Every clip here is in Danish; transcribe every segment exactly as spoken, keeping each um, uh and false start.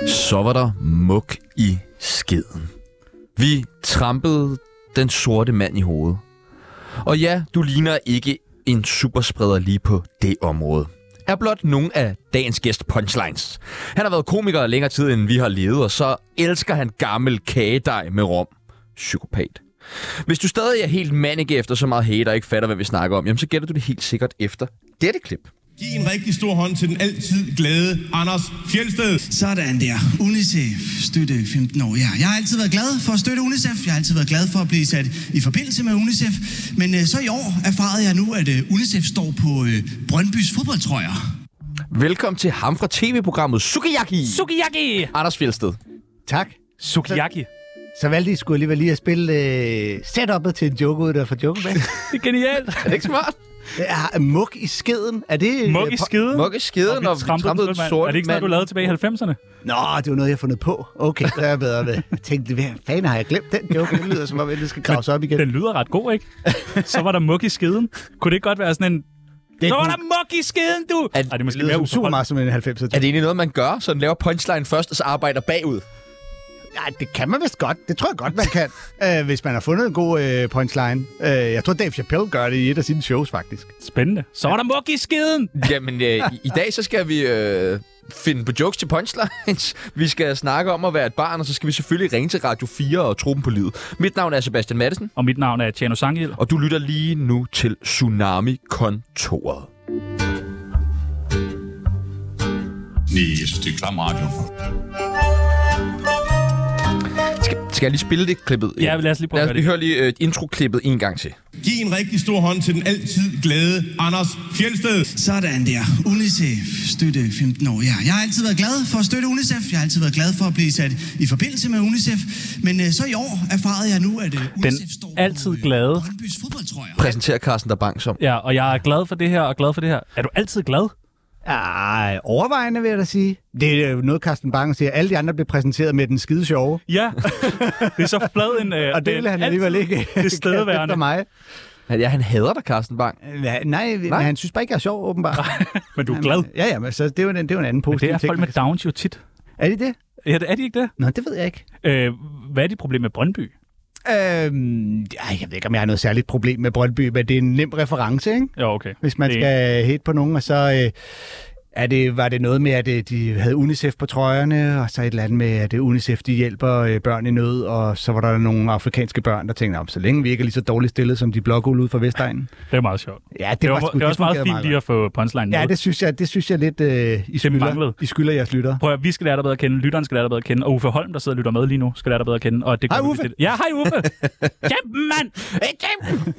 Så var der muk i skeden. Vi trampede den sorte mand i hovedet. Og ja, du ligner ikke en superspreder lige på det område. Er blot nogle af dagens gæst punchlines. Han har været komiker længere tid, end vi har levet, og så elsker han gammel kagedej med rom. Psykopat. Hvis du stadig er helt manike efter så meget hate og ikke fatter, hvad vi snakker om, jamen så gætter du det helt sikkert efter dette klip. Giv en rigtig stor hånd til den altid glade Anders Fjeldsted. Sådan der. UNICEF. Støtte femten år. Ja. Jeg har altid været glad for at støtte UNICEF. Jeg har altid været glad for at blive sat i forbindelse med UNICEF. Men øh, så i år erfarede jeg nu, at øh, UNICEF står på øh, Brøndbys fodboldtrøjer. Velkommen til ham fra tv-programmet Sukiyaki. Sukiyaki! Anders Fjeldsted. Tak. Sukiyaki. Så valgte I skulle alligevel lige at spille øh, setup'et til en joke ud der for joke med. Det er genialt. Er det ikke smart? Ja, muk i skeden. Er det... Muk i skeden? Muk i skeden, og vi trampede den sorte. Er det ikke sådan, du lavede tilbage i halvfemserne? Nå, det var noget, jeg har fundet på. Okay, det er bedre med. Jeg tænkte, hvad fanden har jeg glemt den joke? Det lyder som om, det skal graves op igen. Den lyder ret god, ikke? Så var der muk i skeden. Kunne det ikke godt være sådan en... Det Så var kunne- der muk i skeden, du! Er- Ej, det er måske Det lyder mere som super meget som en halvfemser. Er det egentlig noget, man gør? Så den laver punchline først, og så arbejder bagud? Ja, det kan man vist godt. Det tror jeg godt, man kan, øh, hvis man har fundet en god øh, punchline. Øh, jeg tror, Dave Chappelle gør det i et af sine shows, faktisk. Spændende. Så var der muk i skeden! Jamen, øh, i, i dag så skal vi øh, finde på jokes til punchlines. Vi skal snakke om at være et barn, og så skal vi selvfølgelig ringe til Radio fire og tro dem på livet. Mit navn er Sebastian Madsen, Og mit navn er Tjano Sanghild. og du lytter lige nu til Tsunami-kontoret. Nej, jeg synes, det er klam radio. Skal, skal jeg lige spille det klippet? Ja, lad os lige prøve Lad at os gøre lige det. høre lige øh, intro-klippet en gang til. Giv en rigtig stor hånd til den altid glade Anders Fjeldsted. Sådan der. UNICEF. Støtte femten år. Ja. Jeg har altid været glad for at støtte UNICEF. Jeg har altid været glad for at blive sat i forbindelse med UNICEF. Men øh, så i år erfarede jeg nu, at øh, UNICEF står altid på øh, glade. Brøndbys fodboldtrøjer. Præsenterer Carsten der Bang som. Ja, og jeg er glad for det her og glad for det her. Er du altid glad? Ej, overvejende vil jeg da sige. Det er jo noget, Carsten Bang siger. Alle de andre bliver præsenteret med den skide sjove. Ja. Det er så flad en... Øh, Og det vil han alligevel ikke. Det stedværende. Efter mig. Ja, han hader dig, Carsten Bang. Nej, nej, men han synes bare ikke, jeg er sjov, åbenbart. Men du er glad. Ja, ja, men så det er jo en, det er jo en anden Men positiv det er ting. folk med Downs jo tit. Er det det? Ja, det- er de ikke det? Nå, det ved jeg ikke. Øh, hvad er dit problem med Brøndby? Øhm, ej, jeg ved ikke, om jeg har noget særligt problem med Brøndby, men det er en nem reference, ikke? Ja, okay. Hvis man Det- skal hate på nogen, og så... Øh, er det, var det noget med, at øh, de havde UNICEF på trøjerne, og så et eller andet med, at UNICEF de hjælper øh, børn i nød, og så var der nogle afrikanske børn, der tænkte, om så længe vi ikke er lige så dårligt stillet som de blågule ude fra Vestegnen. Det er meget sjovt. Ja, det, Det, var, var, sgu- det er også meget fungerede fint lige at få punchline Ja, med. det synes jeg, det synes jeg lidt, øh, I, skylder, manglede. I skylder jeres lytter. Prøv at, vi skal lære dig bedre at kende, lytteren skal lære dig bedre at kende, og Uffe Holm, der sidder og lytter med lige nu, skal lære dig bedre at kende. Og det Hej, gør vi Uffe. lidt- Ja, hej Uffe! Kæmpe mand! Hey, kæmpe!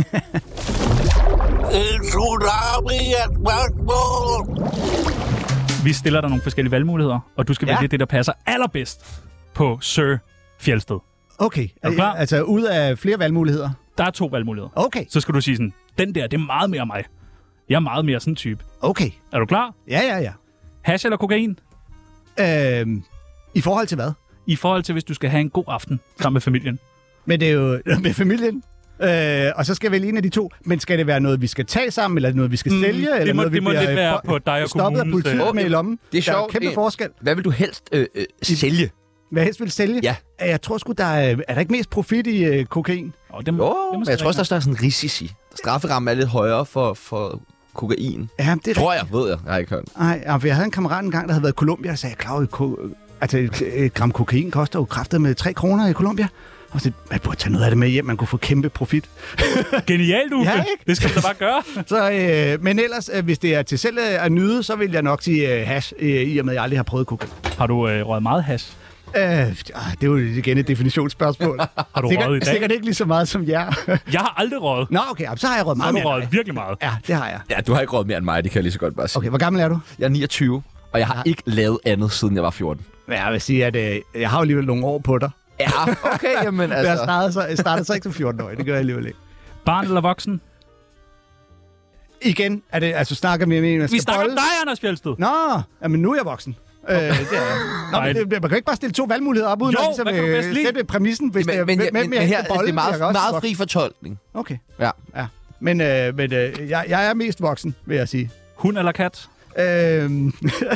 Vi stiller dig nogle forskellige valgmuligheder, og du skal Ja. vælge det, der passer allerbedst på Sir Fjeldsted. Okay, Er du klar? altså ud af flere valgmuligheder. Der er to valgmuligheder. Okay, Så skal du sige sådan, den der, det er meget mere mig. Jeg er meget mere sådan en type. okay. Er du klar? Ja, ja, ja. Hash eller kokain? Øhm, I forhold til hvad? I forhold til, hvis du skal have en god aften sammen med familien. Men det er jo med familien. Øh, og så skal jeg vælge en af de to. Men skal det være noget, vi skal tage sammen, eller noget, vi skal Mm, sælge? det eller må- noget, det vi må bliver lidt være øh, på dig og stoppet af kommunens, politiet øh, med i lommen? Det er Der er sjovt. kæmpe En- forskel. Hvad vil du helst øh, øh, sælge? Hvad helst vil sælge? Ja. Jeg tror sgu, der er, er der ikke mest profit i øh, kokain? Oh, det, Jo, det men jeg tror også, der er sådan en risici. Strafferammen er lidt højere for, for kokain. Ja, det er Tror jeg, ved jeg. Jeg har ikke hørt. Nej, ja, for jeg havde en kammerat engang, der havde været i Colombia, og sagde, klar, over, ko- altså et, et gram kokain koster jo kraftet med tre kroner i Colombia. Og så man burde tage noget af det med hjem, man kunne få kæmpe profit. Genialt, Uffe. Ja, ikke? Det skal du da bare gøre. Så, øh, men ellers, øh, hvis det er til selv øh, at nyde, så vil jeg nok sige øh, hash, øh, i og med, at jeg aldrig har prøvet kokain. Har du øh, røget meget hash? Øh, det er jo igen et definitionsspørgsmål. Har du sikkert, røget i dag? sikkert ikke lige så meget som jer. Jeg har aldrig røget. Nå, okay, så har jeg røget Så har meget du mere. røget virkelig meget. Ja, det har jeg. Ja, du har ikke råd mere end mig, det kan jeg lige så godt bare sige. Okay, hvor gammel er du? Jeg er niogtyve, og jeg har ikke lavet andet, siden jeg var fjorten. Ja, jeg vil sige, at øh, jeg har jo alligevel nogle år på dig. Ja, okay, jamen Altså. Jeg altså. startede så, jeg startede så ikke som fjorten-årig, det gør jeg alligevel ikke. Barn eller voksen? Igen, er det, altså snakker vi med en, der Vi skal snakker om bolle? dig, Anders Fjeldsted. Nå, jamen nu er jeg voksen. Okay. Øh, det er jeg. Nå, men det, man kan ikke bare stille to valgmuligheder op, uden Jo, at ligesom, hvad kan du bedst øh, lide? sætte præmissen, hvis Men, det er, men, hvem men, jeg men her skal bolle, det er meget, jeg også meget voksen. fri fortolkning. Okay, Ja. ja. Men, øh, men øh, jeg, jeg er mest voksen, vil jeg sige. Hund eller kat? Øhm,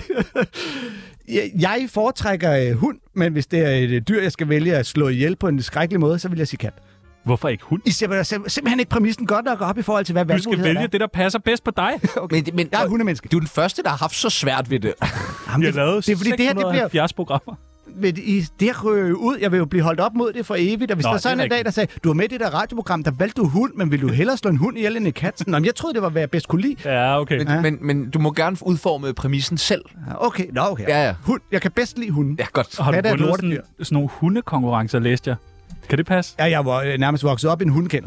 jeg foretrækker øh, hund, men hvis det er et dyr, jeg skal vælge at slå ihjel på en skrækkelig måde, så vil jeg sige kat. Hvorfor ikke hund? I ser sim- simpelthen ikke præmissen godt nok op i forhold til, hvad Du skal valgmulighederne vælge er. det, der passer bedst på dig. Okay. Men, men Jeg er hundemenneske. du er den første, der har haft så svært ved det. Jamen, Vi har det, lavet det er fordi, det her det bliver... halvfjerds programmer. Ved, I, det rører ud. Jeg vil jo blive holdt op mod det for evigt. Og hvis Nå, der så det er en dag, der sagde, du var med i det der radioprogram, der valgte du hund, men vil du hellere slå en hund ihjel end en kat? Nå, men jeg troede, det var, hvad jeg bedst kunne lide. Ja, okay. Men, Ja. men, men du må gerne udforme præmissen selv. Ja, okay, nå okay. Ja, ja. Hund. Jeg kan bedst lide hunden. Ja, godt. Har du Kat er et vundet lortedyr. sådan, sådan nogle hundekonkurrencer, læste jeg? Kan det passe? Ja, jeg var øh, nærmest vokset op i en hundekender.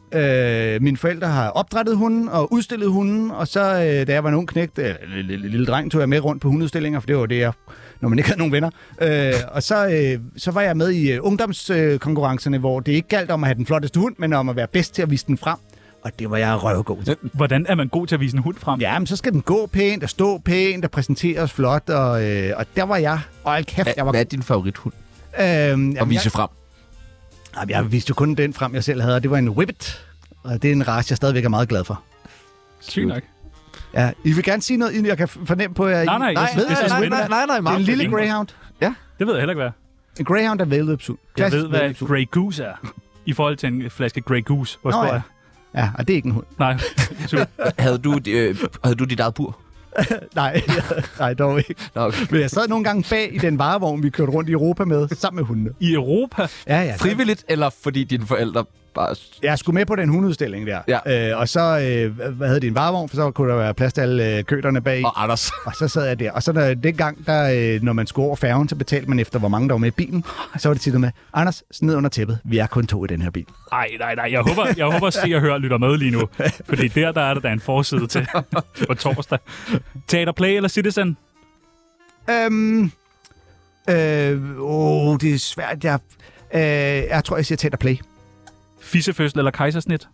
Øh, mine forældre har opdrættet hunden og udstillet hunden, og så, øh, da jeg var en ung knægt, øh, lille, lille, lille dreng, tog jeg med rundt på hundeudstillinger, for det var det, jeg, når man ikke havde nogen venner. Øh, og så, øh, så var jeg med i øh, ungdomskonkurrencerne, øh, hvor det ikke galt om at have den flotteste hund, men om at være bedst til at vise den frem. Og det var jeg røvgod til. Hvordan er man god til at vise en hund frem? Ja, men så skal den gå pænt og stå pænt og præsenteres flot, og, øh, og der var jeg. Og alt kæft, Hva, jeg var hvad er din favorithund øh, jamen, at vise jeg, frem? jamen, jeg viste jo kun den frem, jeg selv havde, og det var en Whippet. Og det er en race, jeg stadigvæk er meget glad for. Sygt nok. Ja, I vil gerne sige noget, inden jeg kan fornemme på, at I... Nej, nej, Nej, jeg synes, nej, det er nej, spændende. nej, nej, nej, Det er meget en lille fedt. greyhound. Det ved jeg heller ikke, hvad. En greyhound er vældløbshund. Jeg Klassisk ved, hvad væddeløbshund. Grey Goose er. I forhold til en flaske Grey Goose. Hvor Nå, stor ja. er? Ja, og det er ikke en hund. Nej. Super. Havde du, øh, havde du dit eget bur? Nej, nej, dog ikke. Nå, okay. Men jeg sad nogle gange bag i den varevogn, vi kørte rundt i Europa med, sammen med hundene. I Europa? Ja, ja. Frivilligt, eller fordi dine forældre bare... Jeg skulle med på den hundeudstilling der. Ja. Øh, og så, øh, hvad hedder det, en varevogn, for så kunne der være plads til alle øh, køterne bag. Og Anders. Og så sad jeg der. Og så når, dengang, der, øh, når man skulle over færgen, så betalte man efter, hvor mange der var med i bilen. Så var det tit med, Anders, ned under tæppet. Vi er kun to i den her bil. Nej, nej, nej. Jeg håber, jeg håber at se og høre lytter med lige nu. Fordi der, der er der, der er en forside til på torsdag. Teater Play eller Citizen? Øhm, øh, åh, det er svært. Jeg, øh, jeg tror, jeg siger Teater Play. Fissefødsel eller kejsersnit?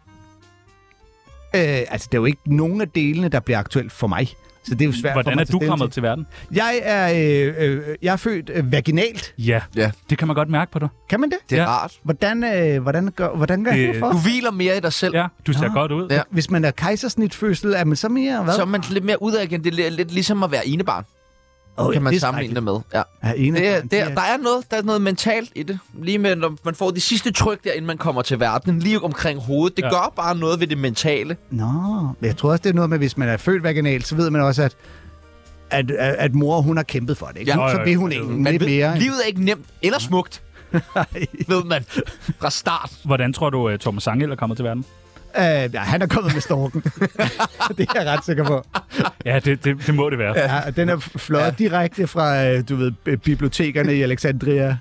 Øh, altså, det er jo ikke nogen af delene, der bliver aktuelt for mig. Så det er jo svært for Hvordan mig er at du tage kommet stilling til verden? Jeg er, øh, øh, jeg er født øh, vaginalt. Ja, Ja. det kan man godt mærke på dig. Kan man det? Det er Ja. rart. Hvordan, øh, hvordan, gør, hvordan gør Det- det, det for? Du hviler mere i dig selv. Ja, du ser Nå. godt ud. Ja. Hvis man er kejsersnitfødsel, er man så mere... Hvad? Så er man lidt mere ud af igen. Det er lidt, lidt ligesom at være enebarn. oh, Kan man det er sammenligne det med. Ja. Ja, ene, Det er, det er, der er noget, der er noget mentalt i det. Lige med, når man får de sidste tryk der, inden man kommer til verden, lige omkring hovedet. Det Ja. ja. gør bare noget ved det mentale. Nå, men jeg tror også, det er noget med, hvis man er født vaginalt, så ved man også, at, at, at, at mor, hun har kæmpet for det. Ikke? Ja. Nu, Jo, så jo, vil hun jo. egentlig Man lidt ved, mere. livet er ikke nemt eller smukt, ved man fra start. Hvordan tror du, uh, Thomas Sangel er kommet til verden? Uh, ja, han er kommet med storken. Det er jeg ret sikker på. Ja, det, det, det må det være. Ja, og den er fløjet ja. direkte fra, øh, du ved, b- bibliotekerne i Alexandria.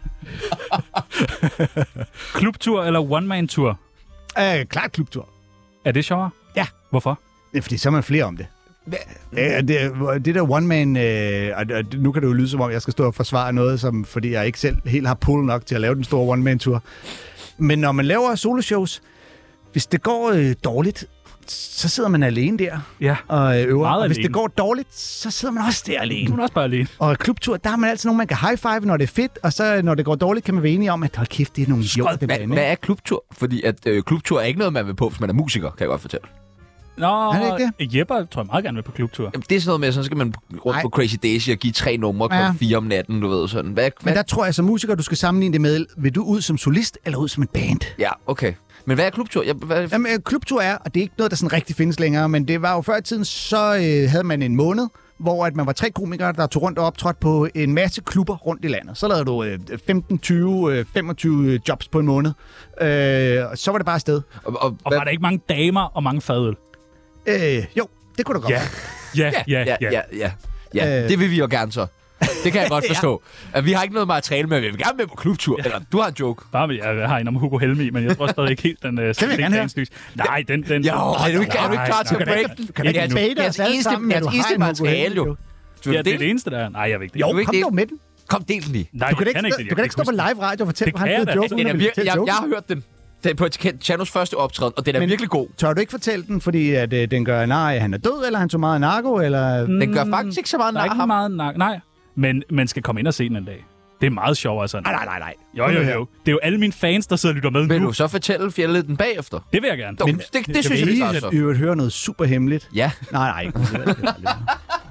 Klubtur eller one-man-tur? Uh, klart klubtur. Er det sjovere? Ja. Hvorfor? Det er fordi, så er man flere om det. Ja, det, det der one-man, øh, og, og nu kan det jo lyde som om, jeg skal stå og forsvare noget, som, fordi jeg ikke selv helt har pull nok til at lave den store one-man-tur. Men når man laver soloshows, hvis det går øh, dårligt, så sidder man alene der Ja. og øh, øver. Meget Og hvis alene. det går dårligt, så sidder man også der Du alene. er også bare alene. Og klubtur, der har man altid nogen, man kan high-five, når det er fedt, og så når det går dårligt, kan man være enige om, at hold kæft, det er nogle idioter, det Hvad, bane. hvad er klubtur? Fordi at øh, klubtur er ikke noget, man vil på, hvis man er musiker, kan jeg godt fortælle. Nå, Er det ikke Jeppe tror jeg meget gerne vil på klubtur. Jamen, det er sådan noget med, så skal man rundt Nej. på Crazy Daisy og give tre numre Ja. klokken fire om natten, du ved sådan. Hvad, Men hvad? der tror jeg som musiker, du skal sammenligne det med, vil du ud som solist eller ud som et band? Ja, okay. Men hvad er klubtur? Jeg, hvad, Jamen, øh, klubtur er, og det er ikke noget, der sådan rigtig findes længere, men det var jo før i tiden, så øh, havde man en måned, hvor at man var tre komikere, der tog rundt og optrådte på en masse klubber rundt i landet. Så lavede du øh, femten, tyve, øh, femogtyve jobs på en måned. Øh, og så var det bare afsted. og, og, Og var der ikke mange damer og mange fadøl? Øh, jo, det kunne du godt. Ja. Ja, ja, ja, ja, ja. ja. Øh. Det vil vi jo gerne så. Det kan jeg godt forstå. At vi har ikke noget materiale med, vi vil gerne med på klubtur. Ja. Eller, du har en joke. Bare med, jeg har en om Hugo Helmi, men jeg tror stadig ikke helt, den uh, vil jeg gerne høre. Nej, den... den Jo, er du ikke, er du ikke klar til at nej, break nej. den? Kan du ikke Det er bage det er os det alle eneste, sammen, det er at du det eneste har en Hugo materiale, Helmi, jo. jo? Du Ja, vil det er dele- det eneste, der er. Nej, jeg ved ikke. Jo, Du vil ikke kom dele- dog med den. Kom, del den lige. Nej, Du kan jeg ikke, kan stå, ikke, du kan ikke stå på live radio og fortælle, Det hvor han kan jeg fed da. joke, Den er uden at vir- fortælle jeg, joken. jeg har hørt den. Den er på Chanos første optræden, og den er Men- virkelig god. Tør du ikke fortælle den, fordi at, øh, den gør nej, han er død, eller han tog meget narko, eller... Den gør faktisk ikke så meget Der er nar ikke ham. meget nak. Nej, men man skal komme ind og se den en dag. Det er meget sjovere sådan. Nej, nej, nej, nej. Jo, jo, jo. Det er jo alle mine fans, der sidder og lytter med Vil nu. du så fortælle fjellet den bagefter? Det vil jeg gerne. Men, det, det, det synes jeg, vi lige gør at så. i øvrigt høre noget super hemmeligt. Ja. Nej, nej, ikke.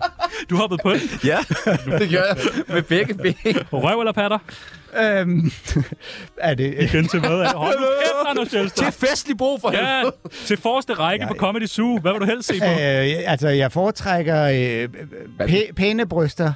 Du hoppede på den. Ja, det gør jeg med begge ben. Røv eller patter? Øhm, er det... Igen til hvad? Hold nu kæft, Anders Fjeldsted. Til festlig brug for Ja, helvede. til forreste række på Comedy Zoo. Hvad vil du helst se på? Øh, altså, jeg foretrækker øh, pæ- pæne bryster.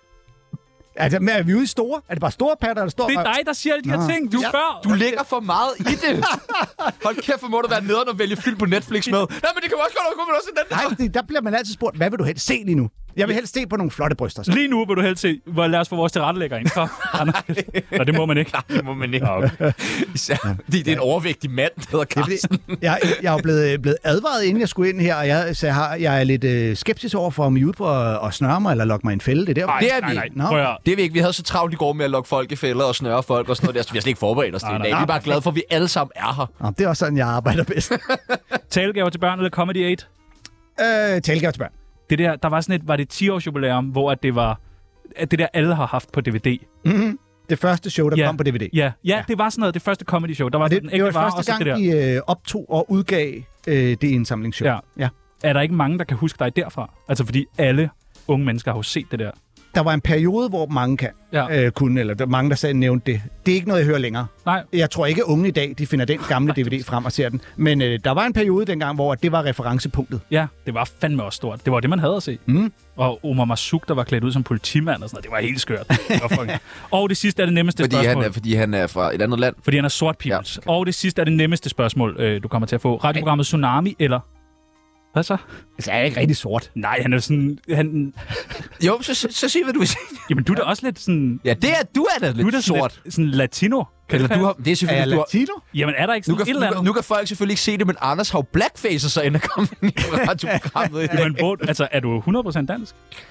Altså, men er vi ude i store? Er det bare store patter eller store? Det er dig, der siger alle de her Nå. ting. Du spørger. Du lægger for meget i det. Hold kæft, hvor må du være nederen og vælge film på Netflix med. Nej, men det kan også godt komme også den. Nej, fordi der bliver man altid spurgt, hvad vil du helst se lige nu? Jeg vil helst se på nogle flotte bryster. Så. Lige nu vil du helst se, hvor lad os få vores tilrettelægger ind. Kom, Anders. Nå, det må man ikke. Nej, det må man ikke. Nå, okay. Især fordi det er en overvægtig mand, der hedder Carsten. Jeg, jeg er jo blevet, blevet advaret, inden jeg skulle ind her, og jeg, så jeg, har, jeg er lidt øh, skeptisk over for, om I er ude på at, at snøre mig eller lokke mig i en fælde. Det er der. Nej, Det er nej, vi. nej. Nå. Prøv at høre. Det er vi ikke. Vi havde så travlt i går med at lukke folk i fælder og snøre folk og sådan noget der, så vi har slet ikke forberedt os til Nej, i dag. nej. Vi er bare glade for, at vi alle sammen er her. Nå, det er også sådan, jeg arbejder bedst. Talegaver til børn eller Comedy otte? øh, Talgaver til børn. Det der, der var sådan et, var det ti års jubilæum, hvor at det var, at det der alle har haft på D V D. Mm-hmm. Det første show, der Ja. kom på D V D. Ja, ja, det var sådan noget, det første comedy show. Der var Og det, sådan en det var ægte vare, og første så det gang, der. I øh, optog og udgav øh, det indsamlingsshow. Ja. ja. Er der ikke mange, der kan huske dig derfra? Altså, fordi alle unge mennesker har jo set det der. Der var en periode, hvor mange kan Ja. øh, kunne, eller der mange, der sagde, nævnte det. Det er ikke noget, jeg hører længere. Nej, Jeg tror ikke, unge i dag, de finder den gamle D V D frem og ser den. Men øh, der var en periode dengang, hvor det var referencepunktet. ja, det var fandme også stort. Det var det, man havde at se. Mm. Og Omar Masuk, der var klædt ud som politimand og sådan noget. Det var helt skørt. Det var fucking... Og det sidste er det nemmeste Fordi spørgsmål. han, er, fordi han er fra et andet land. Fordi han er sort peoples. Ja, Og det sidste er det nemmeste spørgsmål, øh, du kommer til at få. Radioprogrammet Tsunami eller... Hvad så? Altså, er ikke rigtig sort. Nej, han er sådan... Han... Jo, så, så, så sig, hvad du vil sige. Jamen, du er da også lidt sådan... Ja, det er, du er da Du er da lidt sådan sort. lidt sådan latino. Kan Eller det du har, passe? det er Er jeg selvfølgelig, du har, latino? Jamen, er der ikke nu, sådan kan, et nu, eller kan, andet? nu kan folk selvfølgelig ikke se det, men Anders har jo blackface sig ind og komme ind i radioprogrammet. Jamen, hvor, altså, er du hundrede procent dansk?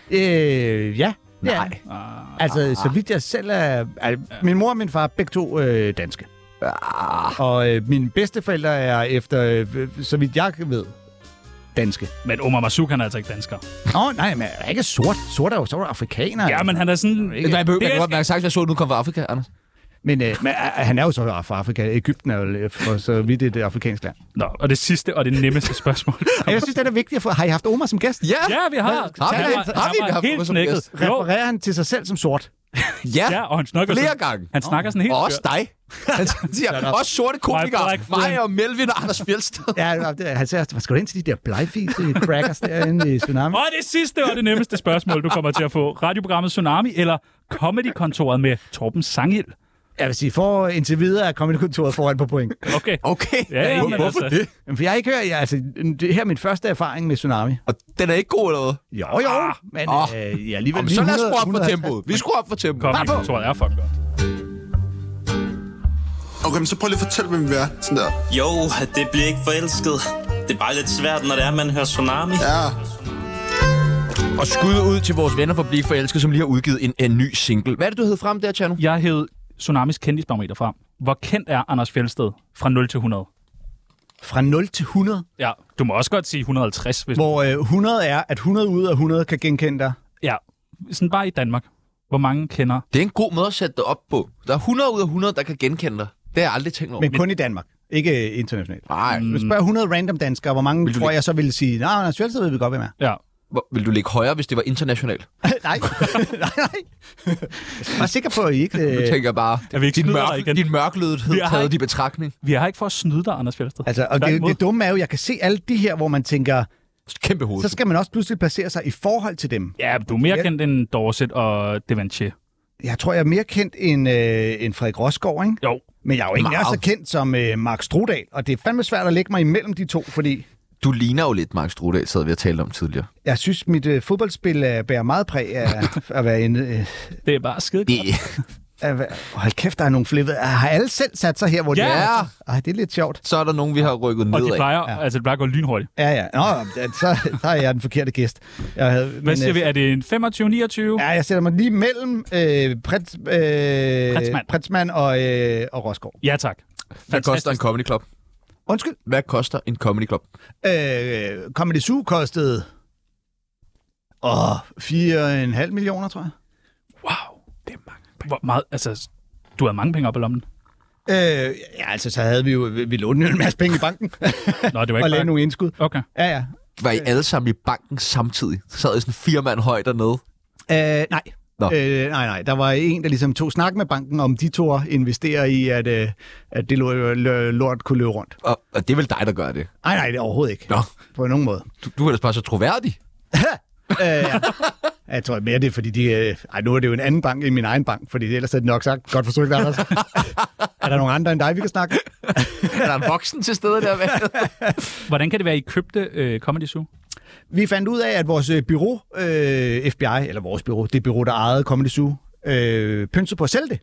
Øh, ja. Nej. Ja. Ah, Altså, så vidt jeg selv er... er min mor og min far er begge to øh, danske. Ah, Og øh, mine bedsteforældre er efter, øh, så vidt jeg ved, danske. men Omar Masuk, han er altså ikke dansker. Åh, oh, nej, men er ikke sort. Sort er jo så er afrikaner. Ja, men han er sådan... Ikke? Man behøver Det er- man kan godt- man kan sagtens være så, at du kommer fra Afrika, Anders. Men, øh, men øh, han er jo så fra Afrika. Egypten er jo for så vidt et afrikansk land. Nå, og det sidste og det nemmeste spørgsmål. Og jeg synes, det er vigtigt at få... Har I haft Omar som gæst? Ja, Ja, vi har. Har vi Han det? var- Har vi han var haft Omar helt som knækket. gæst? Jo, Refererer han til sig selv som sort? ja, ja, og han snakker flere sådan, gange. han snakker sådan helt Og også skørt. dig. Han siger, også sorte komikere. black friend. Mig og Melvin og Anders Fjeldsted. Ja, det, han siger, hvad skal du ind til de der blegfise crackers derinde i Tsunami? Og det sidste og det nemmeste spørgsmål, du kommer til at få. Radioprogrammet Tsunami eller Comedy-kontoret med Torben Sangild? Jeg vil sige, for indtil videre er Comedy-kontoret foran på point. Okay. Okay, Ja, ja, men hvorfor altså- det? Men for jeg har ikke hørt... Jeg, altså, det her er min første erfaring med Tsunami. Og den er ikke god eller hvad? Jo, jo, Ah. men Åh. øh, jeg alligevel Jamen, lige så lad os hundrede- skrue op for hundrede og halvtreds. tempoet. Vi skruer op for tempoet. Bare på. Comedy-kontoret er fucking godt. Okay, men så prøv lige at fortælle, hvem vi er. Sådan der. Jo, det bliver ikke forelsket. Det er bare lidt svært, når det er, man hører Tsunami. Ja. Og skud ud til vores venner for Blik Forelsket, som lige har udgivet en, en ny single. Hvad er det, du hed frem der, Tjerno? Jeg hed Tsunamis kendisbarometer frem. Hvor kendt er Anders Fjeldsted fra nul til hundrede? Fra nul til hundrede, Ja, du må også godt sige et hundrede og halvtreds. Hvis hvor øh, hundrede er, at hundrede ud af hundrede kan genkende dig. Ja, sådan bare i Danmark. Hvor mange kender? Det er en god måde at sætte det op på. Der er hundrede ud af hundrede, der kan genkende dig. Det har jeg aldrig tænkt over. Men kun i Danmark, ikke internationalt. Nej. Hvis du spørger hundrede random danskere, hvor mange Vil du tror lige- jeg så ville sige, nej, Anders Fjeldsted ved vi godt, hvem er. Ja. Hvor, vil du ligge højere, hvis det var internationalt? nej, nej, nej. Jeg er sikker på, at I ikke... Nu Øh, tænker jeg bare, Jeg vil ikke din, snyde dig mørk, igen. din mørklødighed Vi har taget ikke- i betragtning. Vi er her ikke for at snyde dig, Anders Fjeldsted. altså, og det, Tværtimod. det dumme er jo, jeg kan se alle de her, hvor man tænker, Kæmpe hoved. så skal man også pludselig placere sig i forhold til dem. Ja, du er mere Ja. kendt end Dorset og Devanché. Jeg tror, jeg er mere kendt end, øh, end Frederik Rosgaard, ikke? Jo. Men jeg er jo ikke nær så Meget. kendt som øh, Mark Strudal, og det er fandme svært at lægge mig imellem de to, fordi Du ligner jo lidt Mark Strudal, sad vi og talte om tidligere. jeg synes, mit øh, fodboldspil øh, bærer meget præg af at være en... Øh, Det er bare skide godt. af, være- hold kæft, der er nogle flippede. Har alle selv sat sig her, hvor de Ja. er? Ej, det er lidt sjovt. Så er der nogen, vi har rykket Og ned de af. plejer, Ja. ja. altså det plejer at gå lynhurtigt. Ja, ja. Nå, så, så er jeg den forkerte gæst. Jeg havde, Hvad siger øh, vi? Er det en femogtyve niogtyve? Ja, jeg sætter mig lige mellem øh, Prins, øh, Prinsmann. Prinsmann og, øh, og Rosgaard. Ja, tak. Hvad koster en comedy club? Undskyld. Hvad koster en comedy club? Øh, Comedy Zoo kostede åh, fire og en halv millioner, tror jeg. Wow, det er mange penge. Hvor meget, altså, du havde mange penge op i lommen. Øh, ja, altså, så havde vi jo, vi lånte jo en masse penge i banken Nå, det var og ikke lavede bare... nogle indskud. Okay. Ja, ja. var I alle sammen i banken samtidig? Sad I sådan fire mand højt dernede? Øh, nej. Øh, nej, nej. Der var en, der ligesom tog snak med banken om de to investere i, at, øh, at det lort kunne løbe rundt. Og, og det er vel dig, der gør det? Nej, nej, det er overhovedet ikke. Nå. På nogen måde. Du, du er ellers bare så troværdig. øh, ja. Jeg tror mere, det er, fordi de... Øh, ej, nu er det jo en anden bank end min egen bank, fordi ellers er det nok sagt. Godt forsøgt, Anders. Er der nogen andre end dig, vi kan snakke? Er der en voksen til stede der? Hvordan kan det være, I købte øh, Comedy Zoo? Vi fandt ud af, at vores bureau, øh, F B I, eller vores bureau, det bureau, der ejede Comedy Zoo, øh, pyntede på at sælge det.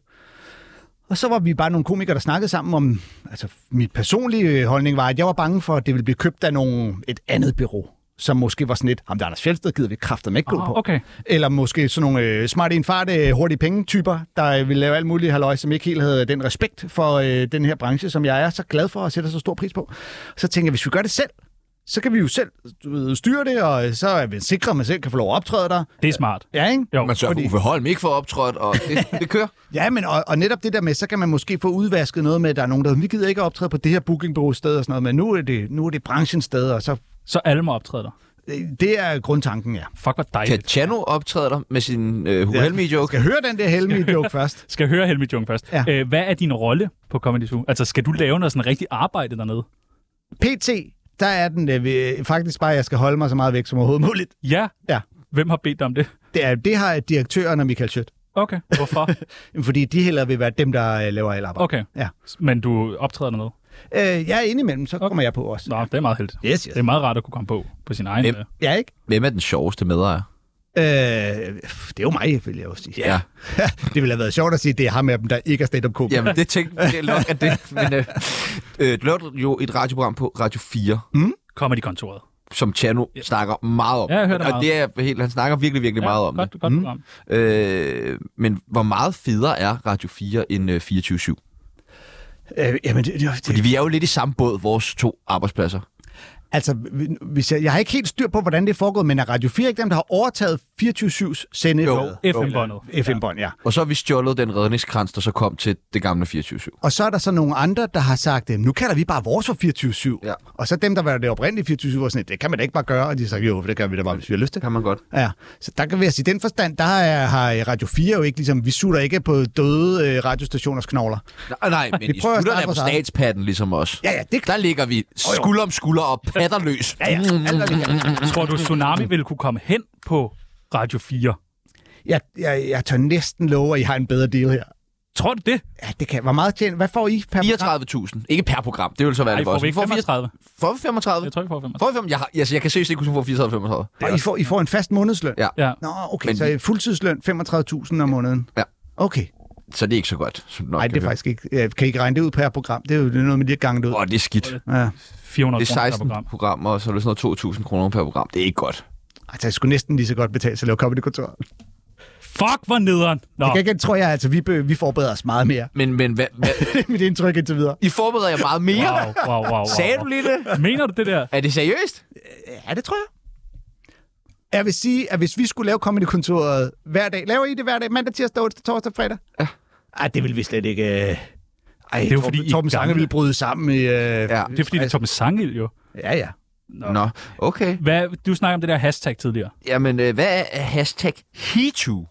Og så var vi bare nogle komikere, der snakkede sammen om... Altså, mit personlige holdning var, at jeg var bange for, at det ville blive købt af nogen, et andet bureau, som måske var sådan lidt, ham der Anders Fjeldsted gider vi kraftedeme ikke gå oh, på. Okay. Eller måske sådan nogle øh, smarte indfarte, hurtige penge-typer, der ville lave alt muligt halløj, som ikke helt havde den respekt for øh, den her branche, som jeg er så glad for og sætter så stor pris på. Så tænker jeg, hvis vi gør det selv, så kan vi jo selv du ved, styre det, og så er vi sikre, at man selv kan få lov at optræde der. Det er smart. Ja, ikke? Jo, man sørger for Uffe Holm ikke får optrådt, og det, det kører. Ja, men og, og netop det der med, så kan man måske få udvasket noget med, at der er nogen, der vi gider ikke optræde på det her bookingbureau-sted og sådan noget, men nu er det, nu er det branchens sted, og så... Så alle må optræde der? Det er grundtanken, ja. Fuck, hvor dejligt. Kan Chano optræde der med sin øh, Hugo ja, Helmi-joke? Skal høre den der Helmi-joke først. Skal høre Helmi-joke først. Ja. Æ, hvad er din rolle på Comedy Zoo? Altså, skal du lave noget sådan rigtig arbejde dernede? P T, der er den øh, faktisk bare, at jeg skal holde mig så meget væk som overhovedet muligt. Ja? Ja. Hvem har bedt dig om det? Det, er, det har direktøren og Michael Schødt. Okay, hvorfor? Fordi de heller vil være dem, der laver alt arbejde. Okay, ja. Men du optræder dernede? Øh, jeg er indimellem, så okay. kommer jeg på også. Nå, det er meget heldigt. Yes, yes. Det er meget rart at kunne komme på, på sin egen... Hvem, ja, ikke? Hvem er den sjoveste medejer? Øh, det er jo mig, vil jeg jo sige. Ja. Det ville have været sjovt at sige, at det er ham af dem, der ikke er stand-up-komiker. Jamen, det tænkte jeg nok, at det... Men, øh, øh, du lavede jo et radioprogram på Radio fire. Mm? Comedy-kontoret. Som Chano ja. snakker meget om. Ja, jeg hørte det meget. Og det er helt, han snakker virkelig, virkelig ja, meget om godt, det. Godt program. Mm. Øh, men hvor meget federe er Radio fire end øh, fireogtyve syv? Øh, jamen, det, det, det... Fordi vi er jo lidt i samme båd, vores to arbejdspladser. Altså, hvis jeg, jeg har ikke helt styr på, hvordan det er foregået, men er Radio fire ikke dem, der har overtaget fireogtyve syvs sendeflade? F M-båndet. F M-bånd, ja. Og så har vi stjålet den redningskrans, der så kom til det gamle fireogtyve syv. Og så er der så nogle andre, der har sagt, nu kalder vi bare vores for fireogtyve syv. Ja. Og så dem, der var det oprindelige fireogtyve syv, var sådan, det kan man da ikke bare gøre. Og de har sagt, jo, det kan vi da bare, hvis vi har lyst til. Kan man godt. Ja, så der kan vi sige, den forstand, der er, har Radio fire jo ikke, ligesom, vi sutter ikke på døde øh, radiostationers knogler. Nej, nej, men vi I slutter der på statspatten ligesom os. Ja, ja, det... Der ligger vi skulder om skulder og patter løs. Ja, ja. Tror du, Tsunami ville kunne komme hen på Radio fire? Jeg, jeg, jeg tør næsten love, at I har en bedre deal her. Tror du det? Ja, det kan. Hvor meget tjent? Hvad får I per program? fireogtredive tusind. Ikke per program. Det vil så være lidt godt. Nej, får vi ikke femogtredive? Får vi femogtredive? Jeg tror, vi får femogtredive. Får vi femogtredive? Jeg, har, altså, jeg kan seriøst ikke kunne få fireogtredive femogtredive. Og I får, I får en fast månedsløn? Ja. ja. Nå, okay. Men, så femogtredive femogtredive tusind om måneden? Ja. Okay. Så det er ikke så godt. Nej, det er faktisk ikke. Kan I ikke regne det ud per program? Det er jo noget med de gange ud. Åh, det er skidt. Ja. fire hundrede det er seksten program. programmer, og så er det sådan noget to tusind kroner per program. Det er ikke godt. Altså, jeg skulle næsten lige så godt betale til at lave Comedy-kontor. Fuck, hvor nederen! Nå. Det kan, tror jeg, altså, vi, vi forbereder os meget mere. Men, men hvad... hvad? Det er mit indtryk indtil videre. I forbereder jer meget mere? Wow, wow, wow, wow. Sagde du lige det? Mener du det der? Er det seriøst? Ja, det tror jeg. Jeg vil sige, at hvis vi skulle lave Comedy-kontoret hver dag... Laver I det hver dag? Mandag, tirsdag, onsdag, torsdag, fredag? Ja. Ej, det vil vi slet ikke... Ej, det er jo fordi, Torben Sange ville bryde sammen i... Uh... Ja. Det er fordi, det er Torben Sange jo. Ja, ja. Nå, Nå okay. Hvad, du snakker om det der hashtag tidligere. Jamen, øh, hvad er hashtag HeToo?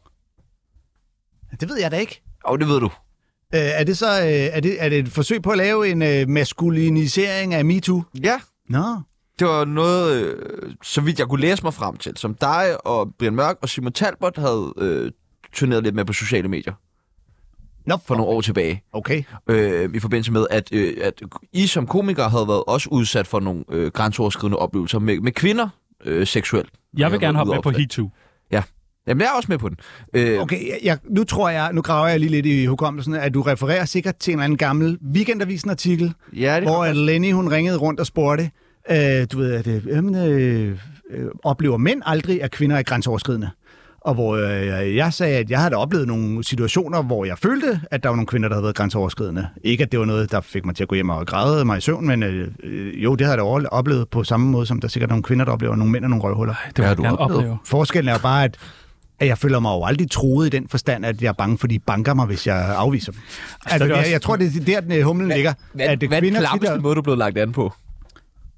Det ved jeg da ikke. Og det ved du. Øh, er det så øh, er det, er det et forsøg på at lave en øh, maskulinisering af MeToo? Ja. Nå. Det var noget, øh, så vidt jeg kunne læse mig frem til, som dig og Brian Mørk og Simon Talbot havde øh, turneret lidt med på sociale medier. Nå, for nogle år tilbage. Okay. Øh, I forbindelse med, at, øh, at I som komikere havde været også udsat for nogle øh, grænseoverskridende oplevelser med, med kvinder øh, seksuelt. Jeg vil gerne hoppe med på HeToo. Ja. Jamen, jeg er også med på den. Øh, okay, jeg, nu tror jeg, nu graver jeg lige lidt i hukommelsen, at du refererer sikkert til en eller anden gammel Weekendavisen-artikel, ja, det hvor Lenny, hun ringede rundt og spurgte, øh, du ved, at øh, øh, oplever mænd aldrig, at kvinder er grænseoverskridende? Og hvor øh, jeg sagde, at jeg havde oplevet nogle situationer, hvor jeg følte, at der var nogle kvinder, der havde været grænseoverskridende. Ikke, at det var noget, der fik mig til at gå hjem og græde mig i søvn, men øh, jo, det havde jeg da oplevet på samme måde, som der sikkert er nogle kvinder, der oplever nogle mænd og nogle røvhuller. Det har du oplevet. Opleve. Forskellen er jo bare, at at jeg føler mig jo aldrig truet i den forstand, at jeg er bange for, de banker mig, hvis jeg afviser dem. Altså, jeg, jeg tror, det er der, den humlen ligger. Hvad, at hvad er den klammeste titter... måde, du er blevet lagt an på?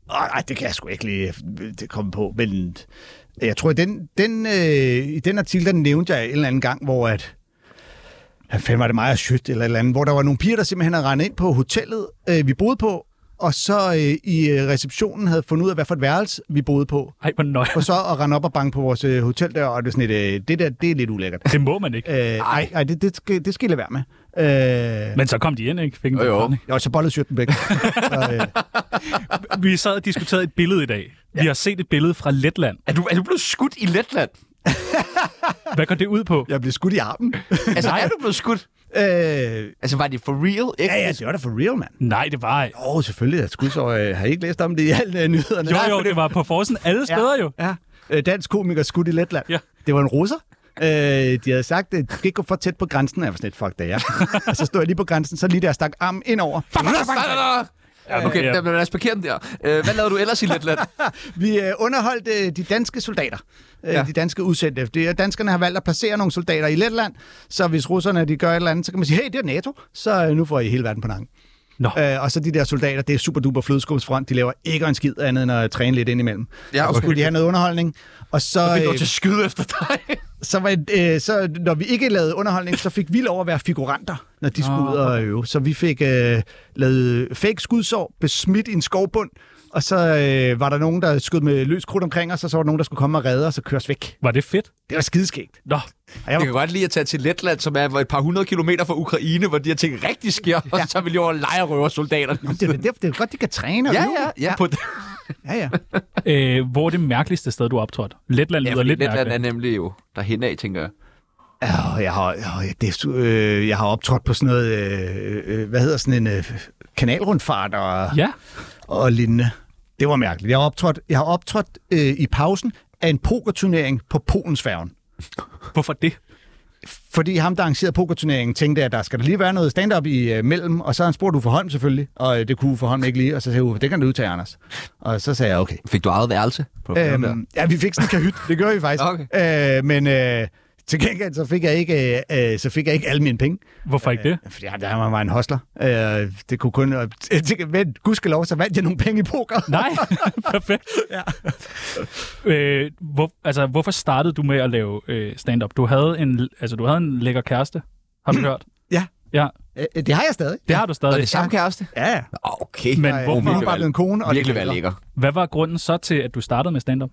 Nej, det kan jeg sgu ikke lige det komme på, men jeg tror, at den, den, øh, i den artikel, der nævnte jeg en eller anden gang, hvor at, hvad fanden var det mig og shit, eller et eller andet, hvor der var nogle piger, der simpelthen havde rendet ind på hotellet, øh, vi boede på, og så øh, i receptionen havde fundet ud af, hvad for et værelse vi boede på. Ej, hvor nøje. Og så at rende op og banke på vores øh, hotel der, og det er sådan et, øh, det der, det er lidt ulækkert. Det må man ikke. Øh, ej, ej, det, det, skal, det skal I lade være med. Øh, Men så kom de ind, ikke? Fik en jo, jo. jo, så bollede shirten væk. så, øh, Vi sad og diskuterede et billede i dag. Vi ja. har set et billede fra Letland. Er du, er du blevet skudt i Letland? Hvad går det ud på? jeg blev skudt i armen. Altså, er du blevet skudt? øh, Altså, var det for real? Ikke? ja, ja, det var da for real, mand. Nej, det var ikke. Åh, oh, selvfølgelig. Jeg skulle så, øh, har I ikke læst om det i alle øh, nyhederne? Jo, jo, det var på forsiden alle steder jo. Ja, øh, dansk komiker skudt i Letland. Ja. Det var en russer. Øh, de havde sagt, at du skal ikke gå for tæt på grænsen. Jeg var sådan lidt, fuck det, ja. Og så stod jeg lige på grænsen, så lige der stak armen ind over. Ja, okay, Ja. ja. lad os parkere den der. Øh, hvad lavede du ellers i Letland? Vi øh, underholdt øh, de danske soldater. Øh, Ja. De danske udsendte. Det er, danskerne har valgt at placere nogle soldater i Letland, så hvis russerne de gør et eller andet, så kan man sige, hey, det er NATO, så øh, nu får I hele verden på nakken. Nå. Øh, og så de der soldater, det er super duper flødeskumsfront, de laver ikke en skid andet end at træne lidt indimellem. Ja, Og okay. så skulle de have noget underholdning. Og så, Så fik du øh, til at skyde efter dig. så, var, øh, så når vi ikke lavede underholdning, så fik vi lov at være figuranter, når de skulle Ah, ud og øve. Så vi fik øh, lavet fake skudsår, besmidt i en skovbund, og så øh, var der nogen, der skød med løs krudt omkring os, og så var der nogen, der skulle komme og redde os og køre os væk. Var det fedt? Det var skideskægt. Nå, Og jeg Jeg var, kan godt lide at tage til Letland, som er et par hundrede kilometer fra Ukraine, hvor de her ting rigtig sker, og så tager vi lige over og lejerøver soldaterne. det, er, det, er, det er godt, de kan træne og Ja, øve. ja, ja. på det. ja, ja. Øh, hvor er det mærkeligste sted, du har optrådt? Letland Ja, lyder fordi lidt Letland er mærkeligt. nemlig jo derhen af, tænker jeg. Ja, jeg har, jeg, det, øh, jeg har optrådt på sådan noget, øh, øh, hvad hedder sådan en øh, kanalrundfart og, Ja, og lignende. Det var mærkeligt. Jeg har optrådt, jeg har optrådt øh, i pausen af en pokerturnering på Polensfærgen. hvorfor det? Fordi ham, der arrangerede pokerturneringen, tænkte, at der skal der lige være noget stand-up i øh, mellem, og så har han spurgt Uffe Holm selvfølgelig, og øh, det kunne Uffe Holm ikke lige, og så sagde Uffe, det kan du udtage, Anders. Og så sagde jeg, okay. Fik du eget værelse? På øhm, Øhm, ja, vi fik sådan en kahyt, det gjorde vi faktisk. Okay. Øh, men øh, til gengæld, så fik jeg ikke, øh, så fik jeg ikke alle mine penge. Hvorfor ikke det? Fordi jeg, jeg var en hostler. Øh, det kunne kun... Øh, men gudskelov, så vandt jeg nogle penge i poker. Nej, perfekt. Ja. Øh, hvor, altså, hvorfor startede du med at lave øh, stand-up? Du havde en, altså, du havde en lækker kæreste, har du hørt? Ja. Ja, Øh, det har jeg stadig. det har du Og stadig. det samme kæreste? Ja, ja. Okay. Men Jeg, hvorfor- hun er bare blevet en kone. Og Virkelig det være lækker. Hvad var grunden så til, at du startede med stand-up?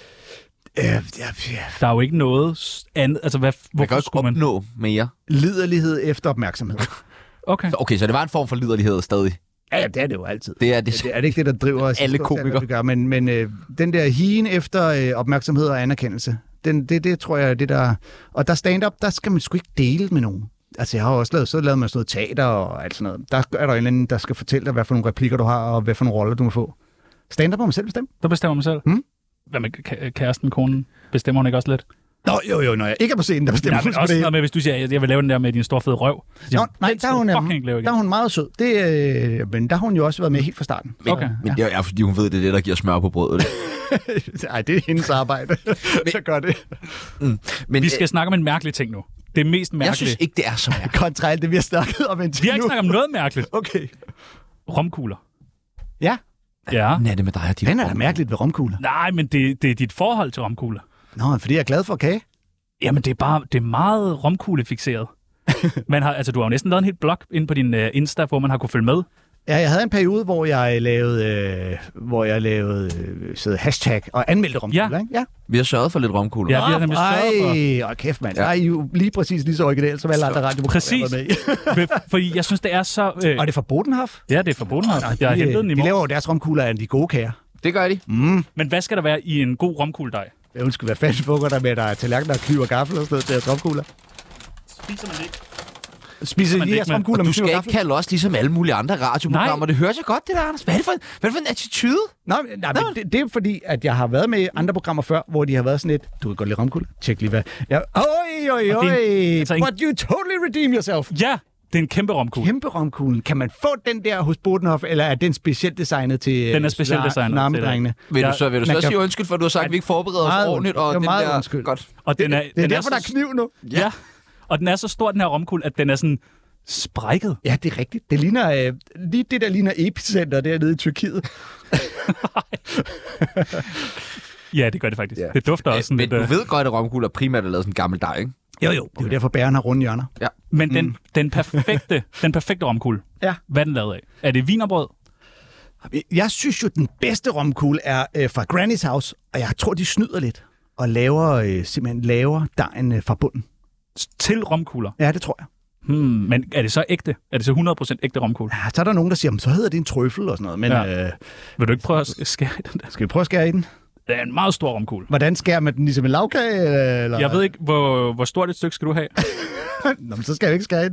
Øh, ja, ja. Der er jo ikke noget s- andet. Altså, hvad, Man kan hvorfor jo ikke skulle man... opnå mere. Liderlighed efter opmærksomhed. Okay. Okay, så det var en form for liderlighed stadig. Ja, ja, det er det jo altid. Det er det. Det er det ikke det, der driver os. Alle Stort set, komikere. hvad vi gør, men, men øh, den der higen efter øh, opmærksomhed og anerkendelse, den, det, det tror jeg er det, der... Og der stand-up, der skal man sgu ikke dele med nogen. Altså, jeg har også lavet, så lavet man sådan noget teater og alt sådan noget. Der er der en eller anden, der skal fortælle dig, hvad for nogle replikker du har, og hvad for nogle roller du må få. Stand-up må man selv bestemme. Der bestemmer man selv. Hmm? Hvad med ka- kæresten, konen? Bestemmer hun ikke også lidt? Nå, jo, jo, når jeg ikke er på scenen, der bestemmer Ja, hun men sgu også det. noget med, hvis du siger, at jeg vil lave den der med din store fede røv. Så siger Nå, hun, nej, "Den der skal er, hun, du er, fucking lave igen." der er hun meget sød. Det, øh, men der har hun jo også været med helt fra starten. Okay. Men det er fordi, hun ved, det er det, der giver smør på brødet. Nej, det er hendes arbejde. Så gør det. Men Vi skal snakke om en mærkelig ting nu. Det er mest jeg mærkelige. synes ikke, det er så mærkeligt. Kontra alt det, vi har snakket om indtil Vi har ikke nu. snakket om noget mærkeligt. Okay. Romkugler. Ja, Ja. Hvad er det med dig og de den er da mærkeligt ved romkugler. Nej, men det, det er dit forhold til romkugler. Nå, fordi jeg er glad for kage. Jamen, det er bare det er meget romkuglefixeret. Man har, altså, du har jo næsten lavet en helt blog inde på din uh, Insta, hvor man har kunne følge med. Ja, jeg havde en periode, hvor jeg lavede, øh, hvor jeg lavede øh, så hashtag og anmeldte romkugler, Ja. ikke? Ja. Vi har sørget for lidt romkugler. Ja, vi har nemlig sørget for. Ej, åh, kæft, mand. Ja. Ja. Der er I jo lige præcis lige så originalt som alle andre radioprogrammer. Præcis. jeg har været med i. Fordi jeg synes, det er så... Øh, Og det er fra Bodenhof. ja, det er fra Bodenhof. Jeg har de, hentet den i de morgen. laver jo deres romkugler af de gode kager. Det gør de. Mm. Men hvad skal der være i en god romkugledej? Jeg ønsker, hvad fanden foregår der med, at der er tallerkener, kniv og gaffel og sådan noget til deres romkugler. Spiser man det ikke? Spiser man I det jeres ikke, men- romkugler Og med du kniv og skal gaffel? ikke kalde os ligesom alle mulige andre radioprogrammer. Nej. Det hører så godt, det der, Anders. Hvad er det for, hvad er det for en attitude? Nå, men- nej, men det, det er fordi, at jeg har været med i andre programmer før, hvor de har været sådan lidt, du kan godt lide romkugler. Tjek lige hvad. Ja. Oj, oj, Og det er oj. en- altså en- But you totally redeem yourself. Ja, det er en kæmpe romkugle. Kæmpe romkuglen. Kan man få den der hos Bodenhof, eller er den specielt designet til Den er specielt designet til narmedrengene? Vil Ja, du så, vil du man så kan- sige undskyld, for du har sagt, at vi ikke forbereder os Meget ordentligt? undskyld. Og Det er den meget der... undskyld. Godt. Og den er, Det er den derfor, så, der er kniv nu. Ja, og den er så stor, den her romkugle, at den er sådan Sprækket? Ja, det er rigtigt. Det ligner, øh, lige det der ligner epicenter dernede i Tyrkiet. Ja, det gør det faktisk. Ja. Det dufter også sådan Men lidt... du øh, ved godt, at romkugler primært er lavet sådan en gammel dej, ikke? Jo, jo. Det er jo derfor, bæren har runde hjørner. Ja. Men den, den perfekte, den perfekte romkugle, Ja. hvad er den lavet af? Er det wienerbrød? Jeg synes jo, den bedste romkugle er øh, fra Granny's House, og jeg tror, de snyder lidt og laver øh, simpelthen laver dejen øh, fra bunden. Til romkugler? Ja, det tror jeg. Hmm, men er det så ægte? Er det så hundrede procent ægte romkugle? Ja, så er der nogen, der siger, så hedder det en trøffel og sådan noget. Men Ja. øh, Vil du ikke prøve at skære i den der? skal vi prøve at skære i den? Det er en meget stor romkugle. Hvordan skærer man den? Ligesom en lavkage? Eller? Jeg ved ikke, hvor, hvor stort et stykke skal du have? Nå, men så skal jeg ikke skære i den.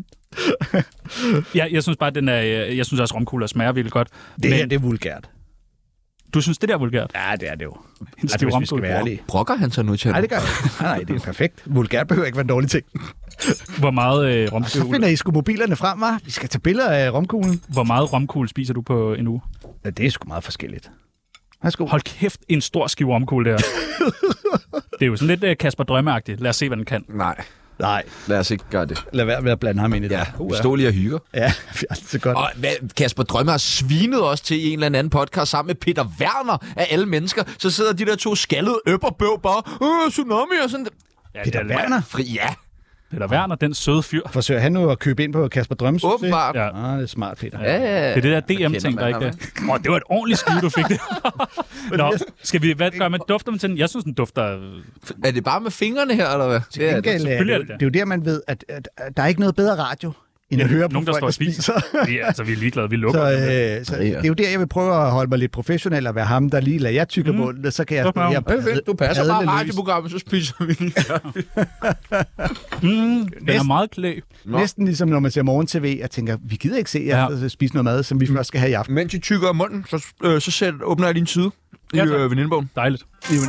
Ja, jeg synes bare, den er, jeg synes også, romkugler smager virkelig godt. Det men her, det er vulgært. Du synes, det der er vulgært? Ja, det er det jo. En Altså, stiv hvis vi skal romkugle. være ærlige. Brokker han så nu til Nej, det gør jeg ikke. Nej, nej, det er perfekt. Vulgært behøver ikke være en dårlig ting. Hvor meget, øh, Så romkugle, finder I sgu mobilerne frem, hva'? Vi skal tage billeder af romkuglen. hvor meget romkugle spiser du på en uge? Ja, det er sgu meget forskelligt. Værsgo. Hold kæft, en stor skive romkugle der. Det er jo sådan lidt uh, Kasper Drømme-agtigt. Lad os se, hvad den kan. Nej, Nej, lad os ikke gøre det. lad være med at blande ham ind i det. Ja, Uh, vi står lige og hygger. Ja, det er altid godt. Og hvad, Kasper Drømme har svinet også til i en eller anden podcast sammen med Peter Werner af alle mennesker. Så sidder de der to skaldede øpperbøv bare, øh, tsunami og sådan. Ja, Peter det er- Werner Fri, ja, Peter Werner, den søde fyr. forsøger han nu at købe ind på Kasper Drømmes succes? åbenbart. Ja. Ah, det er smart, Peter. Ja, ja, Det er det der D kender M-ting, man der ikke... ham, Åh, oh, det var et ordentligt skive, du fik det. Nå, skal vi... Hvad gør man? Dufter man til den? Jeg synes, den dufter... Er det bare med fingrene her, eller hvad? Til gengæld, er Selvfølgelig er det, det det. det er jo der, man ved, at, at, at der er ikke noget bedre radio, end at høre på nogen, der folk, står og spiser. Vi, er- altså, vi er ligeglade. Vi lukker. Så, det. øh, så det er jo der, jeg vil prøve at holde mig lidt professionel og være ham, der lige lader jeg tykker Mm. på den, og så kan jeg... Så er jeg Det er fedt, du passer padle bare løs. radioprogrammet, så spiser vi lige. Mm, den er Næsten- meget klæ. Næsten ligesom når man ser morgen-tv, jeg tænker, vi gider ikke se jer ja. spise noget mad, som vi først skal have i aften. Mens I tykker munden, så, øh, så sæt, åbner jeg din side i Ja, tak. øh, venindebogen. Dejligt. Mm.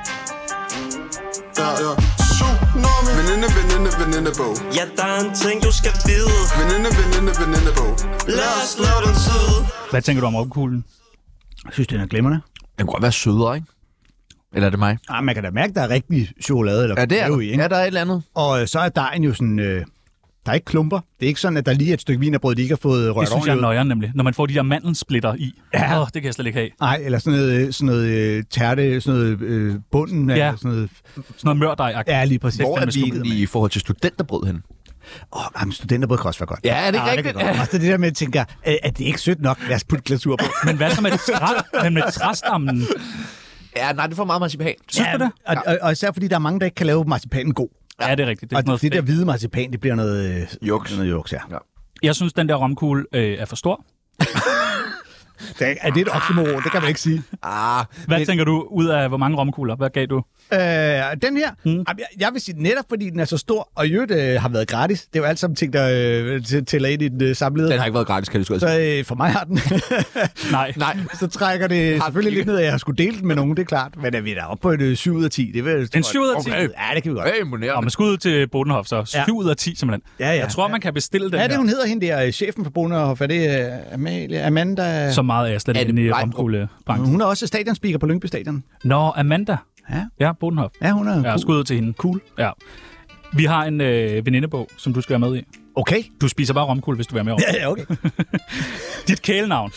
Ja, ja. Tsunami. Veninde, veninde, venindebog. Ja, der er en ting, du skal vide. Veninde, veninde, venindebog. Lad os slå den side. Hvad tænker du om romkuglen? Jeg synes, den er glimrende. Den kunne godt være sødere, ikke? Eller er det mig? Ah, man kan da mærke, der er rigtig chokolade eller Ja, det er kakao der. i, ikke? Ja, der er et eller andet. Og øh, så er dejen jo sådan... Øh, der er ikke klumper. Det er ikke sådan, at der lige er et stykke wienerbrød, de ikke har fået rørt Det synes jeg er ordentligt ud. nøjeren nemlig. Når man får de der mandelsplitter i. Ja. Oh, det kan jeg slet ikke have. Nej, eller sådan noget, sådan noget øh, tærte, sådan noget øh, bunden af Ja. sådan noget... Sådan noget mørdej-agtigt. Ja, lige præcis. Hvor er fandme vi skummelt. egentlig i forhold til studenterbrød hen? Åh, oh, studenterbrød kan også være godt. Ja, er det ikke Ah, rigtigt? Det kan godt. Også det der med, at jeg tænker, er, er det ikke sødt nok? Lad os putte glasur på. Men hvad så med, træ, men med træstammen? Ja, nej, det får meget marcipan. Synes du det? Og, og, og især fordi der er mange, der ikke kan lave marcipanen god. Ja, det er rigtigt. Det er Og sådan noget det der fake. hvide marcipan, det bliver noget... øh, Juks. Noget juks, ja. Jeg synes, den der romkugle øh, er for stor. Det er, er det et oxymoron? Det kan man ikke sige. Ah, Hvad men- tænker du ud af, hvor mange romkugler? Hvad gav du? Øh, den her, mm. jeg, jeg vil sige netop fordi den er så stor, og i øvrigt øh, har været gratis. Det er jo alt sammen ting, der øh, til- tæller ind i den øh, samlede. Den har ikke været gratis, kan jeg lige så godt Så sige. øh, for mig har den. Nej. Nej, Så trækker det Har selvfølgelig den lidt ned, at jeg har skulle dele den med nogen, det er klart. Men er vi da oppe på et øh, syv ud af ti? Det vil, En syv ud af ti? Okay. Ja, det kan vi godt. det er Og imponerende. man skal ud til Bodenhof, så syv Ja. ud af ti simpelthen. Ja, ja. Jeg tror, man kan bestille den Ja, det her. hun hedder hende der, øh, chefen for Bodenhof. Er det øh, Amalie? Amanda? Så meget er jeg slet Er ikke det inde i Vejbro? romkuglebranchen. Hun er også stadionspeaker på Lyngby Stadion. Nå, Amanda. Ja, Ja, Bodenhof. ja hun er Ja, cool. skud ud til hende. cool. Ja. Vi har en øh, venindebog, som du skal være med i. Okay. Du spiser bare romkugle, hvis du vil være med over. Ja, ja, okay. Dit kælenavn.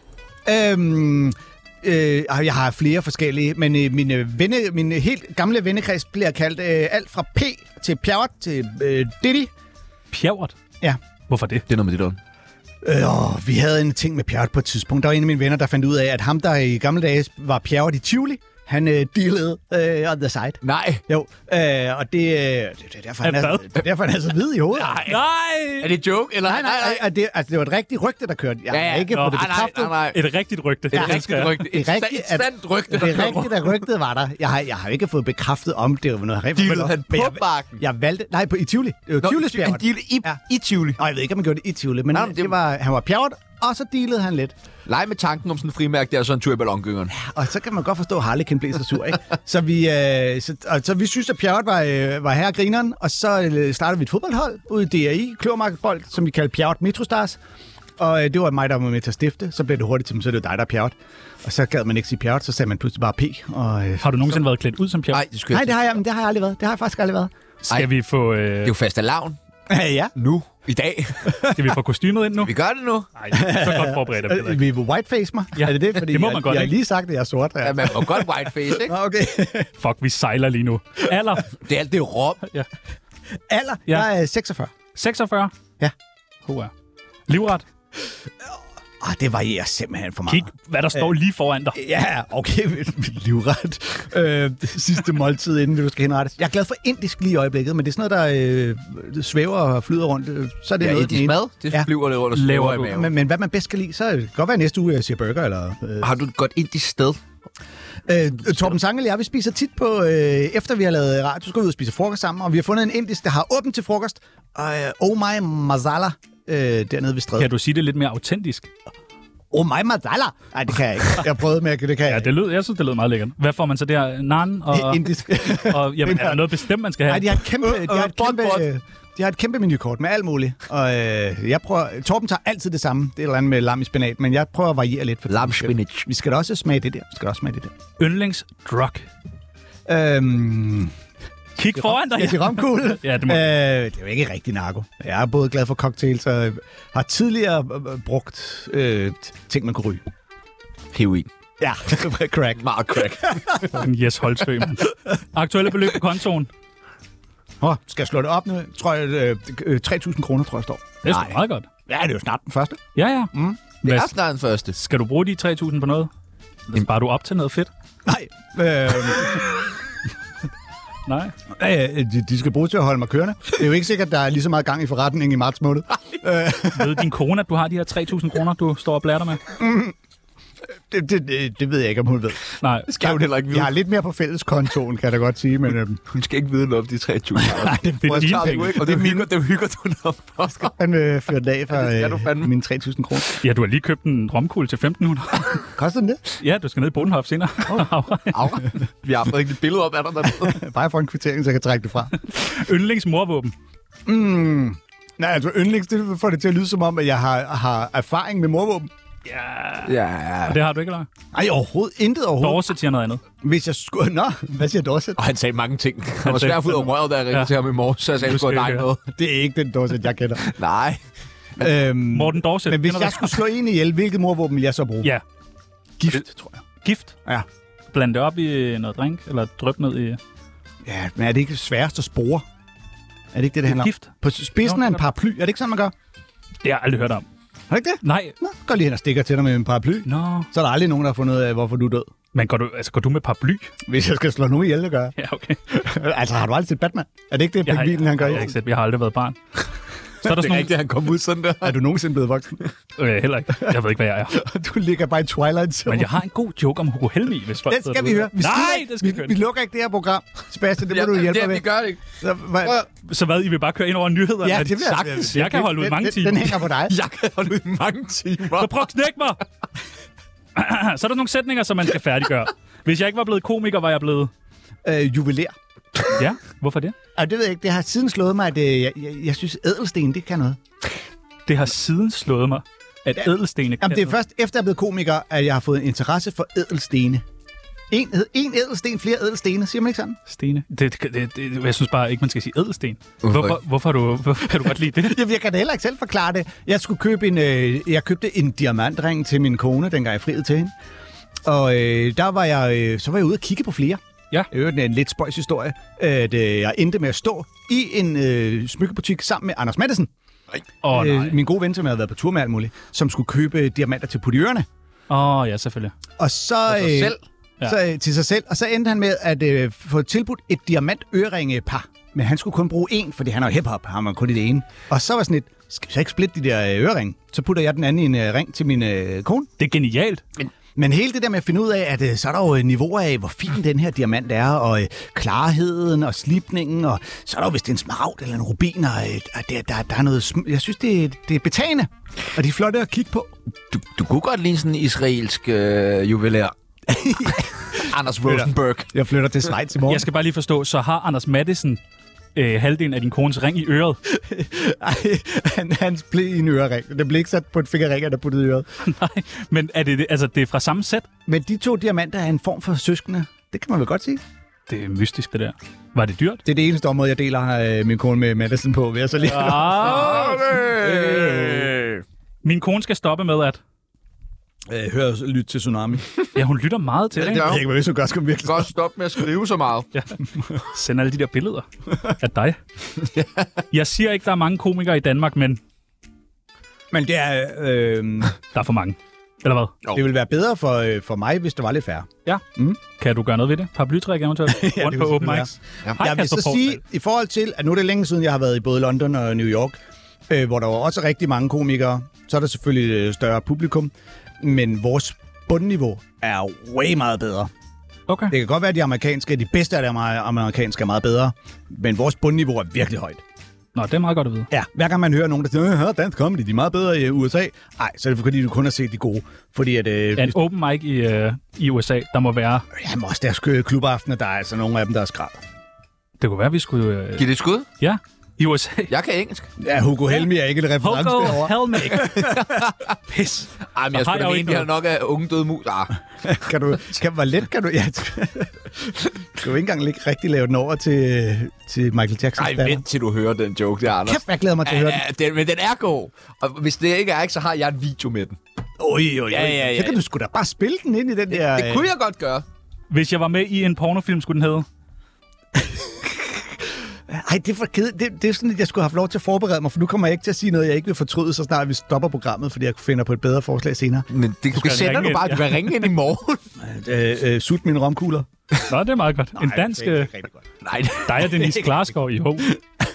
Øhm, øh, jeg har flere forskellige, men øh, mine, venne, mine helt gamle vennekreds bliver kaldt øh, alt fra P til Pjavert til øh, Diddy. Pjavert. Ja. Hvorfor det? Det er noget med det der. Øh, vi havde en ting med Pjavert på et tidspunkt. Der var en af mine venner, der fandt ud af, at ham, der i gamle dage var Pjavert i Tivoli, han øh, dealede øh, on the side. Nej. Jo, øh, og det, øh, det, det, er derfor, han er, Hvad? det er derfor, han er så hvid i hovedet. Nej, Nej! Er det et joke? Eller? nej, nej, nej. Det, altså, det var et rigtigt rygte, der kørte. Jeg Ja, har ja. ikke Nå, fået det Nej, nej, bekræftet. nej, nej. Et rigtigt rygte. Et Det rigtigt elsker jeg. rygte. Det Et er rigtigt, sta- et sandt rygte. Det er rigtigt, at rygtet var der. Jeg har, jeg har ikke fået bekræftet om det. Var noget rigtigt. Dealede han Men på jeg, bakken? jeg valgte... Nej, på, i Tivoli. Det var Nå, Tivolis han Pjavert. dealede i, Ja. i Tivoli. Og jeg ved ikke, om han gjorde det i Tivoli, men Nej, Nej, men det det- var, han var Pjavert, og så dealede han lidt. Leg med tanken om sådan en frimærke der, og så en tur i ballongyngeren. Og så kan man godt forstå, at Harlekin blev så sur, ikke? Så vi, øh, så, og, så vi synes, at Pjavert var, øh, var herre grineren, og så øh, startede vi et fodboldhold ude i D R I, Kløvermarkedbold, som vi kaldte Pjavert Metrostars. Og øh, det var mig, der var med til at stifte. Så blev det hurtigt til, så er det jo dig, der er Pjavert. Og så gad man ikke sige Pjavert, så sagde man pludselig bare P. Og, øh, Har du nogensinde været klædt ud som Pjavert? Nej, det skulle nej, jeg det har jeg, men det har jeg aldrig været. Det har jeg faktisk aldrig været. Skal vi få... Det er Øh... jo fastelavn ja. nu. I dag. Skal vi få kostymet ind nu? Vi gør det nu. Nej, så godt forberedt. er vi Øh, Vi vil whiteface mig? Ja, er det det? Fordi det må jeg, man godt, jeg har ikke? lige sagt, at jeg er sort. Ja, man må godt whiteface, ikke? Nå, okay. Fuck, vi sejler lige nu. Alder? Det er alt det rom. Ja. Alder? Ja. Jeg er seksogfyrre. seksogfyrre? Ja. H R. Livret? Ah, det varierer simpelthen for meget. Kig, hvad der står lige foran dig. Ja, okay, livret. Øh, det sidste måltid, inden du skal henrettes. Jeg er glad for indisk lige i øjeblikket, men det er sådan noget, der øh, svæver og flyder rundt. Så er det Ja, noget, indisk den ene- mad, det Ja. flyver lidt rundt og Laver svæver i du- maven. Men, men hvad man bedst kan lide, så kan det godt være næste uge, jeg siger burger. Eller, øh. Har du et godt indisk sted? Øh, Torben Sangel og jeg, vi spiser tit på, øh, efter vi har lavet radio, så går vi ud og spiser frokost sammen, og vi har fundet en indisk, der har åbent til frokost. Og øh, oh my masala, øh, dernede ved strædet. Kan du sige det lidt mere autentisk? Oh my masala! Nej, det kan jeg ikke. Jeg prøvede med, det kan jeg Ja, det lød, jeg synes, det lød meget lækkert. Hvad får man så der? Naan og... ikke. Indisk. og jamen, er der noget bestemt, man skal have? Nej, de har et kæmpe, de har et bot, kæmpe, bot. øh, de har et kæmpe menukort med alt muligt. Og øh, jeg prøver, Torben tager altid det samme. Det er et eller andet med lam i spinat, men jeg prøver at variere lidt. fordi Lam vi skal- spinach. Vi skal da også smage det der. Vi skal da også smage det der. Yndlingsdrug. Øhm, Kig foran dig. ja, det er romkugle. Ja, det må- øh, det er jo ikke rigtig narko. Jeg er både glad for cocktails og har tidligere øh, brugt øh, ting, man kunne ryge. Heroin. Ja, crack. Meget crack. En Jes Holtsø, mand. Aktuelle beløb på kontoen. Åh, skal jeg slå det op nu? Tror jeg, øh, øh, tre tusind kroner, tror jeg, står. Det er sgu Nej. meget godt. Ja, det er jo snart den første. Ja, ja. Mm. Det Hvad, er snart den første. skal du bruge de tre tusind på noget? Sparer du op til noget fedt? Nej, øh, Nej. Ja, de, de skal bruges til at holde mig kørende. Det er jo ikke sikkert, at der er lige så meget gang i forretningen i marts måned. Ved din kone, at du har de her tre tusind kroner, du står og blærer med? Det, det, det, det ved jeg ikke, om hun ved. Nej. Skal hun heller ikke vide. Jeg har lidt mere på fælleskontoen, kan jeg da godt sige, men øhm, Hun skal ikke vide noget om de tre tusind. nej, det Det er dine tager du penge. ikke, og det hygger, det hygger du noget om, Oscar. han øh, ført af for det skal du øh, fandme. mine tre tusind kroner. Ja, du har lige købt en romkugle til femten hundrede. Koster den det? Ja, du skal ned i Bodenhof senere. Au. Vi har fået ikke et billede op af dig dernede. Bare for en kvittering, så jeg kan trække det fra. Yndlingsmorvåben. Mm. Nej, altså yndlings, det får det til at lyde som om, at jeg har, har erfaring med morvåben. Ja. Ja. Og det har du ikke, eller? Nej, overhovedet. Intet overhovedet. Dorset siger noget andet. Hvis jeg skulle... Nå, hvad siger Dorset? Og han sagde mange ting. Han var sagde svær at få ud af røret, da jeg ringede Ja. til ham i morges, så jeg sagde, Du du skal nej ikke noget. Det er ikke den Dorset, jeg kender. Nej. øhm, Morten Dorset. men hvis kender du jeg det? skulle slå en ihjel, hvilket morvåben vil jeg så bruge? Ja, Gift, tror jeg. gift. Ja. Blande det op i noget drink, eller dryp ned i... Ja, men er det ikke sværest at spore? Er det ikke det, det handler om? Gift. På spidsen Jo, af en det er paraply. Er det ikke sådan, man gør? Det har jeg aldrig hørt om. Har du ikke det? Nej. Nå, gå lige hen og stikker til dig med en paraply. Nå. Så er der aldrig nogen, der har fundet ud af, hvorfor du er død. Men går du, altså, går du med paraply? Hvis jeg skal slå nogen ihjel, det gør jeg. Ja, okay. Altså, har du aldrig set Batman? Er det ikke det, Jeg har, pingvinen, han gør jeg, i? har ikke set, jeg har aldrig været barn. Så er der Det sådan er rigtigt, han kom ud sådan der. Er du nogensinde blevet voksen? nogle... Øh, heller ikke. Jeg ved ikke, hvad jeg er. Du ligger bare i Twilight Zone. Men jeg har en god joke om Hugo Helmi, hvis folk Den sidder skal vi derude. høre. Vi Nej, slutter- det skal vi, vi, køre. vi lukker ikke det her program. Sebastian, det må du hjælpe mig med. Det gør det ikke. Så, hvad, Så hvad, I vil bare køre ind over nyheder? ja, Er det vil jeg. sagtens. Jeg kan holde ud i Den- mange den- timer. Den hænger på dig. Jeg kan holde ud i mange timer. Så prøv at knække mig! Så er der nogle sætninger, som man skal færdiggøre. Hvis jeg ikke var blevet komiker, var jeg blevet... Øh, juveler. Ja, hvorfor det? Og det ved jeg ikke. Det har siden slået mig, at øh, jeg, jeg, jeg synes, ædelsten, det kan noget. Det har siden slået mig, at ædelstene kan Jamen, det er noget. først efter jeg er blevet komiker, at jeg har fået en interesse for ædelstene. En, en ædelsten, flere ædelstene, siger man ikke sådan? Stene. Det, det, det, det, jeg synes bare ikke, man skal sige ædelsten. Hvorfor Hvorfor, hvorfor, har du, hvorfor kan du godt lide det? Jamen, jeg kan da heller ikke selv forklare det. Jeg skulle købe en, øh, jeg købte en diamantring til min kone, dengang jeg friede til hende. Og øh, der var jeg, øh, så var jeg ude og kigge på flere. Ja. Det er jo en, en lidt spøjs historie, at øh, jeg endte med at stå i en øh, smykkebutik sammen med Anders Madsen. Åh, oh, nej. øh, min gode ven, som jeg havde været på tur med alt muligt, som skulle købe diamanter til putte i ørerne. Åh, oh, ja, selvfølgelig. Og så, For sig øh, selv? så øh, til sig selv. Og så endte han med at øh, få tilbudt et diamantørringepar. Men han skulle kun bruge én, fordi han er jo hiphop, har man kun i det ene. Og så var sådan et, skal vi så ikke splitte de der øh, øreringe? Så putter jeg den anden i en øh, ring til min øh, kone. Det er genialt. Men hele det der med at finde ud af, at øh, så er der jo øh, niveauer af, hvor fin den her diamant er, og øh, klarheden og slipningen, og så er der jo, hvis det er en smaragd eller en rubin, og øh, der, der, der er noget... Sm- jeg synes, det, er- det er betagende, og de er flotte at kigge på. Du, du kunne godt lide sådan en israelsk øh, juvelær. Anders Rosenberg. Jeg flytter til Schweiz i morgen. Jeg skal bare lige forstå, så har Anders Madsen øh, halvdelen af din kones ring i øret? Ej, han, han blev i en ørering. Den blev ikke sat på et fingerring, der puttede i øret. Nej, men er det, altså, det er fra samme sæt? Men de to diamanter er en form for søskende. Det kan man vel godt sige. Det er mystisk, det der. Var det dyrt? Det er det eneste område, jeg deler øh, min kone med Madison på, vil jeg så lige. Ah, okay. Min kone skal stoppe med at... Øh, hør lyt til Tsunami. Ja, hun lytter meget til det, ikke? Jeg ved ikke, hvad hvis hun gør, skal hun virkelig Godt stoppe med at skrive så meget. Ja. Send alle de der billeder af dig. Jeg siger ikke, der er mange komikere i Danmark, men Men det er... Øh, der er for mange. Eller hvad? Jo. det ville være bedre for, øh, for mig, hvis det var lidt færre. Ja. Mm. Kan du gøre noget ved det? Paraplytræk eventuelt? Ja, Rundt det på vil open selvfølgelig mics? Ja. Hej, Jeg vil Kasper så Poul. sige, i forhold til, at nu er det længe siden, jeg har været i både London og New York, øh, hvor der var også rigtig mange komikere, så er der selvfølgelig et større publikum, men vores bundniveau er way meget bedre. Okay. Det kan godt være, at de amerikanske, de bedste af de amerikanske er meget bedre, men vores bundniveau er virkelig højt. Nå, det er meget godt at vide. Ja, hver gang man hører nogen, der siger, hør, dansk comedy, de er meget bedre i U S A. Nej, så er det fordi, du kun har set de gode. Fordi at... Øh, Ja, en open mic i, øh, i U S A, der må være... jamen også deres øh, klubaftener, der er altså nogle af dem, der er skrald. Det kunne være, at vi skulle... Øh... Giv det et skud. Ja, i U S A. Jeg kan engelsk. Ja, Hugo Helmi er ikke et reference Hugo derovre. Helmig. Pis. Ej, men jeg Har skulle jeg jo da mene, ikke de har noget. nok af unge døde mus. Ah. Kan du, kan, hvor let kan du... Ja, skal du ikke engang ikke rigtig lave den over til, til Michael Jacksons Ej, datter? vent til du hører den joke der, Anders. Kæft, jeg glæder mig til at høre den. Ja, den. Men den er god. Og hvis det ikke er, ikke, så har jeg en video med den. Oj, oj, oj. Ja, ja, ja. Så kan du sgu da bare spille den ind i den der... Det kunne jeg godt gøre. Hvis jeg var med i en pornofilm, skulle den hedde... Ej, det er for kedeligt. Det, det er sådan, at jeg skulle have haft lov til at forberede mig, for nu kommer jeg ikke til at sige noget, jeg ikke vil fortryde, så snart vi stopper programmet, fordi jeg finder på et bedre forslag senere. Men det, du skal sender ringe du bare. ind, Du kan ringe ind i morgen. Øh, øh, sut mine romkugler. Nå, det er meget godt. En dansk... det er Øh, ikke rigtig godt. Nej, dig og Denise Klarskov i H.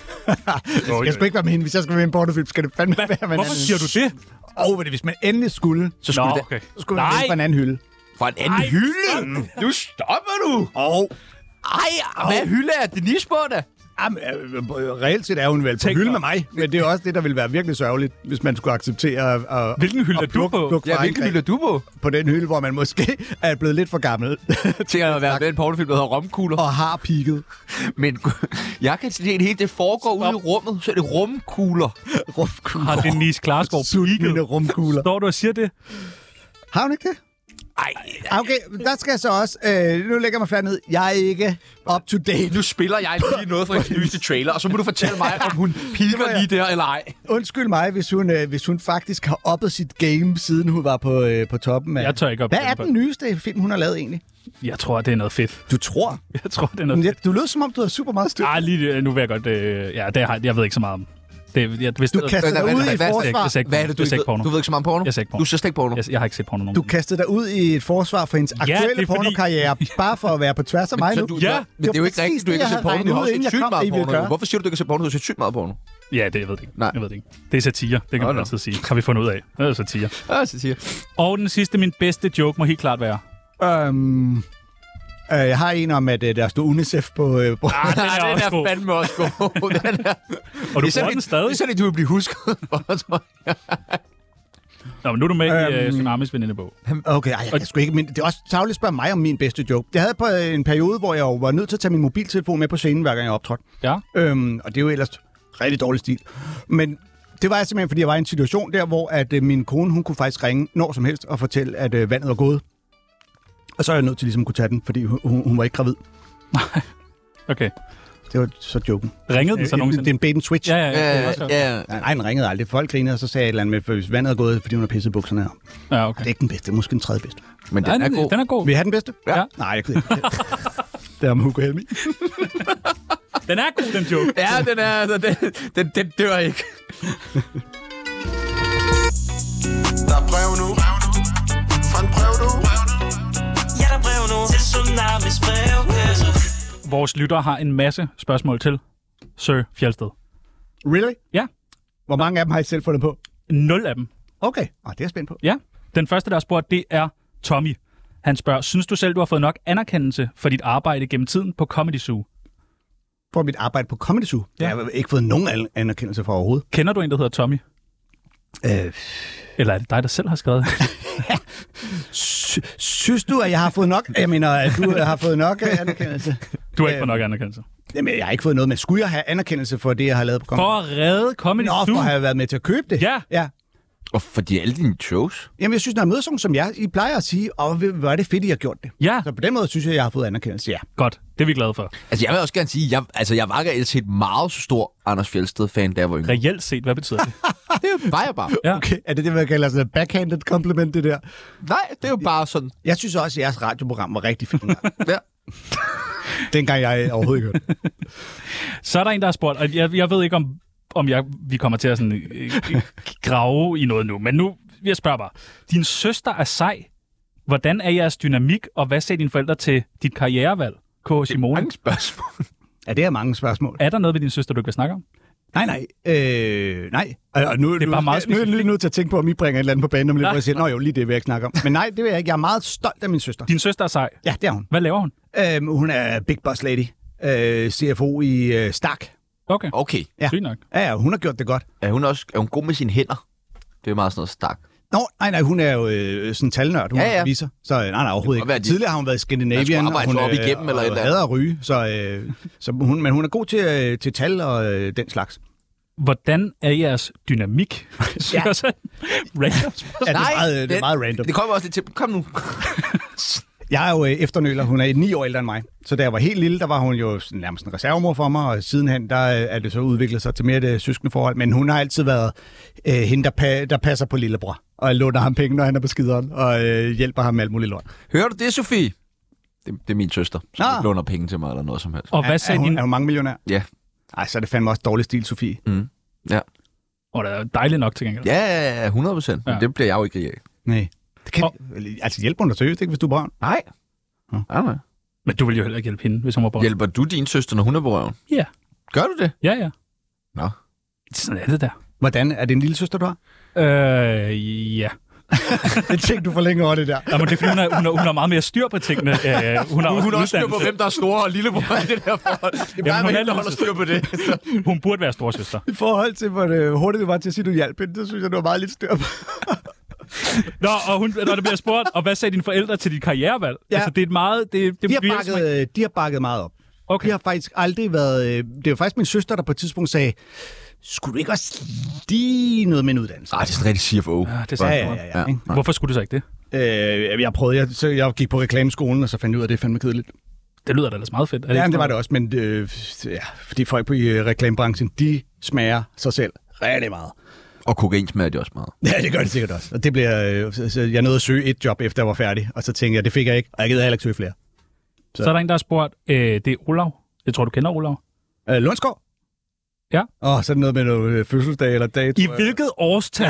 Jeg skal ikke være med hende. Hvis jeg skal være med i en pornofilm, skal det fandme være med en Hvorfor anden. siger du det? Åh, oh, hvis man endelig skulle, så skulle Nå, det okay. så skulle man Nej. vælge på en anden hylde. for en anden Ej. hylde. Nu stopper du. Og Ej, hvad hylde er Denise på da? Jamen, øh, øh, reelt set er hun vel på Tænk hylde mig. med mig, men det er også det, der ville være virkelig sørgeligt, hvis man skulle acceptere at, Hvilken hylde at er du plukke- på? plukke Ja, fra hvilken angreb hylde er du på? på den hylde, hvor man måske er blevet lidt for gammel Til at være med i en pornofilm, der hedder Romkugler. og har peaked. Men jeg kan se, det hele det foregår ude i rummet, så er det rumkugler. Rumkugler. Har Denise Klarskov Sut mine peaked? rumkugler. Står du og siger det? Har hun ikke det? Ej, Okay, der skal jeg så også... Øh, nu lægger jeg mig færdig ned. Jeg er ikke up to date. nu spiller jeg lige noget fra hendes nyeste trailer, og så må du fortælle mig, om hun piker lige der eller ej. Undskyld mig, hvis hun, øh, hvis hun faktisk har oppet sit game, siden hun var på, øh, på toppen af... Jeg tør ikke op Hvad på er den. den nyeste film, hun har lavet egentlig? Jeg tror, det er noget fedt. Du tror? Jeg tror, det er noget Men fedt. jeg, du lød som om, du har super meget styr. Ah, lige øh, nu vil jeg godt... Øh, ja, det har, jeg ved ikke så meget om. Det, jeg, hvis Du det, kaster dig hvad- ud hvad- i hvad- et jeg, forsvar. jeg, ser ikke Hvad er porno. det, du jeg ser ikke ikke porno. ved? Du ved ikke så meget om porno? Jeg ser ikke porno. Du ser slet ikke porno? Jeg, jeg har ikke set porno nogen. Du kastede dig ud i et forsvar for hendes aktuelle det er fordi- pornokarriere, bare for at være på tværs af mig Så nu. du, Ja, men det er jo ikke præcis rigtigt, du det, ikke har jeg set porno. havde Du har regnet også ud, inden set jeg sygt kom, meget I ville porno. gøre. Hvorfor siger du, du ikke har set porno? Du har set sygt meget porno. Ja, det jeg ved det ikke. Nej. Jeg ved det ikke. Det er satire. Det kan Nå, man nå. altid sige. Har vi fundet ud af. Det er satire. Ja, så siger Og den sidste, min bedste joke må helt klart være. Øhm, øh, jeg har en om, at øh, der stod UNICEF på... Øh, på Ah, den er den også er god. fandme også god. Den er, Og du det er bruger sådan den lidt- stadig. Det er sådan, at du vil blive husket for, tror jeg. Nå, men nu er du med i Øhm. uh, Tsunamis venindebog. Okay, ej, jeg kan sgu ikke... Men det er også tavligt at spørge mig om min bedste joke. Jeg havde på øh, en periode, hvor jeg jo var nødt til at tage min mobiltelefon med på scenen, hver gang jeg optrådte. Ja. Øhm, og det er jo ellers rigtig dårlig stil. Men det var jeg simpelthen, fordi jeg var i en situation der, hvor at, øh, min kone, hun kunne faktisk ringe når som helst og fortælle, at øh, vandet var gået. Og så er jeg nødt til ligesom at kunne tage den, fordi hun, hun var ikke gravid. Okay. Det var så joken. Ringede den så Øh, nogensinde? Det er en bait and switch. Ja, ja, ja. det er Ja, også godt. ja. Nej, den ringede aldrig. Folk grinede, og så sagde jeg et eller andet med, for hvis vandet er gået, fordi hun har pisset bukserne her. Ja, Det okay. er ikke den bedste, det er måske den tredje bedste. Men den er god. Den er god. Vil I have den bedste? Ja. Nej, jeg kan ikke. Det er om Hugo Helmi. Den er god, den joke. Ja, den er, altså, den, den, den dør ikke. Der er brev nu. Fra en brev nu. Ja, der er brev nu til Tsunamis brevkasse. Vores lytter har en masse spørgsmål til Sir Fjeldsted. Really? Ja. Hvor mange af dem har I selv fundet på? Nul af dem. Okay, oh, det er jeg spændt på. Ja. Den første, der har spurgt, det er Tommy. Han spørger, synes du selv, du har fået nok anerkendelse for dit arbejde gennem tiden på Comedy Zoo? For mit arbejde på Comedy Zoo. Ja. Jeg har ikke fået nogen an- anerkendelse for overhovedet. Kender du en, der hedder Tommy? Øh, Eller er det dig, der selv har skrevet? sy- synes du, at jeg har fået nok? Jeg mener, at du har fået nok øh, anerkendelse? Du har ikke Øh, fået nok anerkendelse. Jamen, jeg har ikke fået noget, men skulle jeg have anerkendelse for det, jeg har lavet på Comedy For at redde Comedy Nå, Zoo? for at have været med til at købe det? Ja. Ja. Og fordi alle dine shows. Jamen, jeg synes, når jeg møder sådan som jeg, I plejer at sige, åh, hvor er det fedt, I har gjort det. Ja. Så på den måde synes jeg, jeg har fået anerkendelse, ja. Godt, det er vi glade for. Altså, jeg vil også gerne sige, jeg, altså, jeg var reelt set meget så stor Anders Fjeldsted-fan, da jeg var yngre. Reelt set, hvad betyder det? Det var jeg bare. Ja. Okay, er det det, man kalder sådan et backhanded compliment, det der? Nej, det er jo bare sådan. Jeg synes også, at jeres radioprogram var rigtig fedt. Ja. Dengang jeg overhovedet ikke hørte. Så er der en, der har spurgt, og jeg, jeg ved ikke, om, om jeg, vi kommer til at sådan, øh, grave i noget nu, men nu jeg spørger bare. Din søster er sej. Hvordan er jeres dynamik, og hvad sagde dine forældre til dit karrierevalg, K H. Simone? Mange spørgsmål. Ja, det er mange spørgsmål. Er der noget ved din søster, du ikke vil snakke om? Nej, nej. Øh, nej. Og nu, Det er bare nu, meget nu er jeg lige specifikt. nødt til at tænke på, om I bringer et eller andet på banen, om lidt, Nej. hvor jeg siger, nå jo, lige det vil jeg ikke snakke om. Men nej, det vil jeg ikke. Jeg er meget stolt af min søster. Din søster er sej. Ja, det er hun. Hvad laver hun? Øhm, hun er Big Boss Lady. Øh, C F O i øh, Stark. Okay, Okay. Ja. sygt nok. Ja, ja, hun har gjort det godt. Er hun også er hun god med sine hænder? Det er meget sådan noget stak. Nå, nej, nej, hun er jo øh, sådan en talnørd, hun Ja, ja. viser. Så øh, nej, nej, overhovedet Det kan ikke. godt være, de- Tidligere har hun været i Der Scandinavian, skulle og arbejde hun sig op igennem eller et eller andet. hader at ryge. Så, øh, så hun, men hun er god til, øh, til tal og øh, den slags. Hvordan er jeres dynamik? Ja. ja. Random. Ja, det er Nej, meget, det er det- meget random. Det kommer også lidt til. Kom nu. Jeg er jo øh, efternøler. Hun er ni år ældre end mig. Så da jeg var helt lille, der var hun jo sådan, nærmest en reservemor for mig, og sidenhen, der øh, er det så udviklet sig til mere det søskende forhold. Men hun har altid været øh, hende, der, pa- der passer på lillebror, og låner ham penge, når han er på skideren, og øh, hjælper ham med alt muligt lort. Hører du det, Sofie? Det, det er min søster, som Ah. låner penge til mig eller noget som helst. Og hvad Er, sagde er, hun, din... er hun mange millionær? Ja. Ej, så er det fandme også dårlig stil, Sofie. Mm. Ja. Åh, det er dejligt nok til gengæld. Ja, ja, ja, hundrede procent. Ja. Men det bliver jeg jo ikke rig af. Nej. Det kan, Og- altså hjælper hun dig seriøst, ikke, hvis du er brøven? Nej. Nå. Nej, nej. Men du vil jo heller ikke hjælpe hende, hvis hun var borte. Hjælper du din søster, når hun er på røven? Ja. Gør du det? Ja, ja. Nå. Sådan er det der. Hvordan? Er det en lille søster, du har? Øh, ja. Det tænkte du for længe over det der. Nå, men det er fordi, hun har, hun har, hun har meget mere styr på tingene. Øh, hun har Hun, også hun har også styr på, uddannelse. hvem der er store og lillebror i det der forhold. Det er Jamen, bare, hun hvem er der holder styr på det. Hun burde være storsøster. I forhold til, hvor det, hurtigt det var til at sige, du hjalp hende, det synes jeg, du var meget lidt styr på. Nå, og hun, når der bliver spurgt, og hvad sagde dine forældre til dit karrierevalg? Ja. Altså, det er et meget... Det, det De har, virker som- bakket, de har bakket meget op. Okay. De har faktisk aldrig været... øh, Det er jo faktisk min søster, der på et tidspunkt sagde, skulle du ikke også lige noget med en uddannelse? Nej, det er sådan en rigtig C F O. Ja, det er Ja, sandt. ja, ja. ja, ikke? Hvorfor skulle du så ikke det? Øh, jeg prøvede, jeg, så jeg gik på reklameskolen, og så fandt jeg ud af, at det er fandme kedeligt. Det lyder da ellers meget fedt. Er Ja, ikke men det sådan var det også, men øh, ja, fordi folk på øh, reklamebranchen, de smager sig selv rigtig meget. Og kokain smager de også meget. Ja, det gør det sikkert også. Og det bliver, øh, så, så jeg nåede at søge et job, efter jeg var færdig, og så tænkte jeg, det fik jeg ikke, og jeg gider heller ikke søge flere. Så. så er der en, der har spurgt, øh, det er Olav. Jeg tror, du kender Olav. Øh, Lundskov? Ja. Åh, oh, så er det noget med noget øh, fødselsdag eller dato. I hvilket årstal?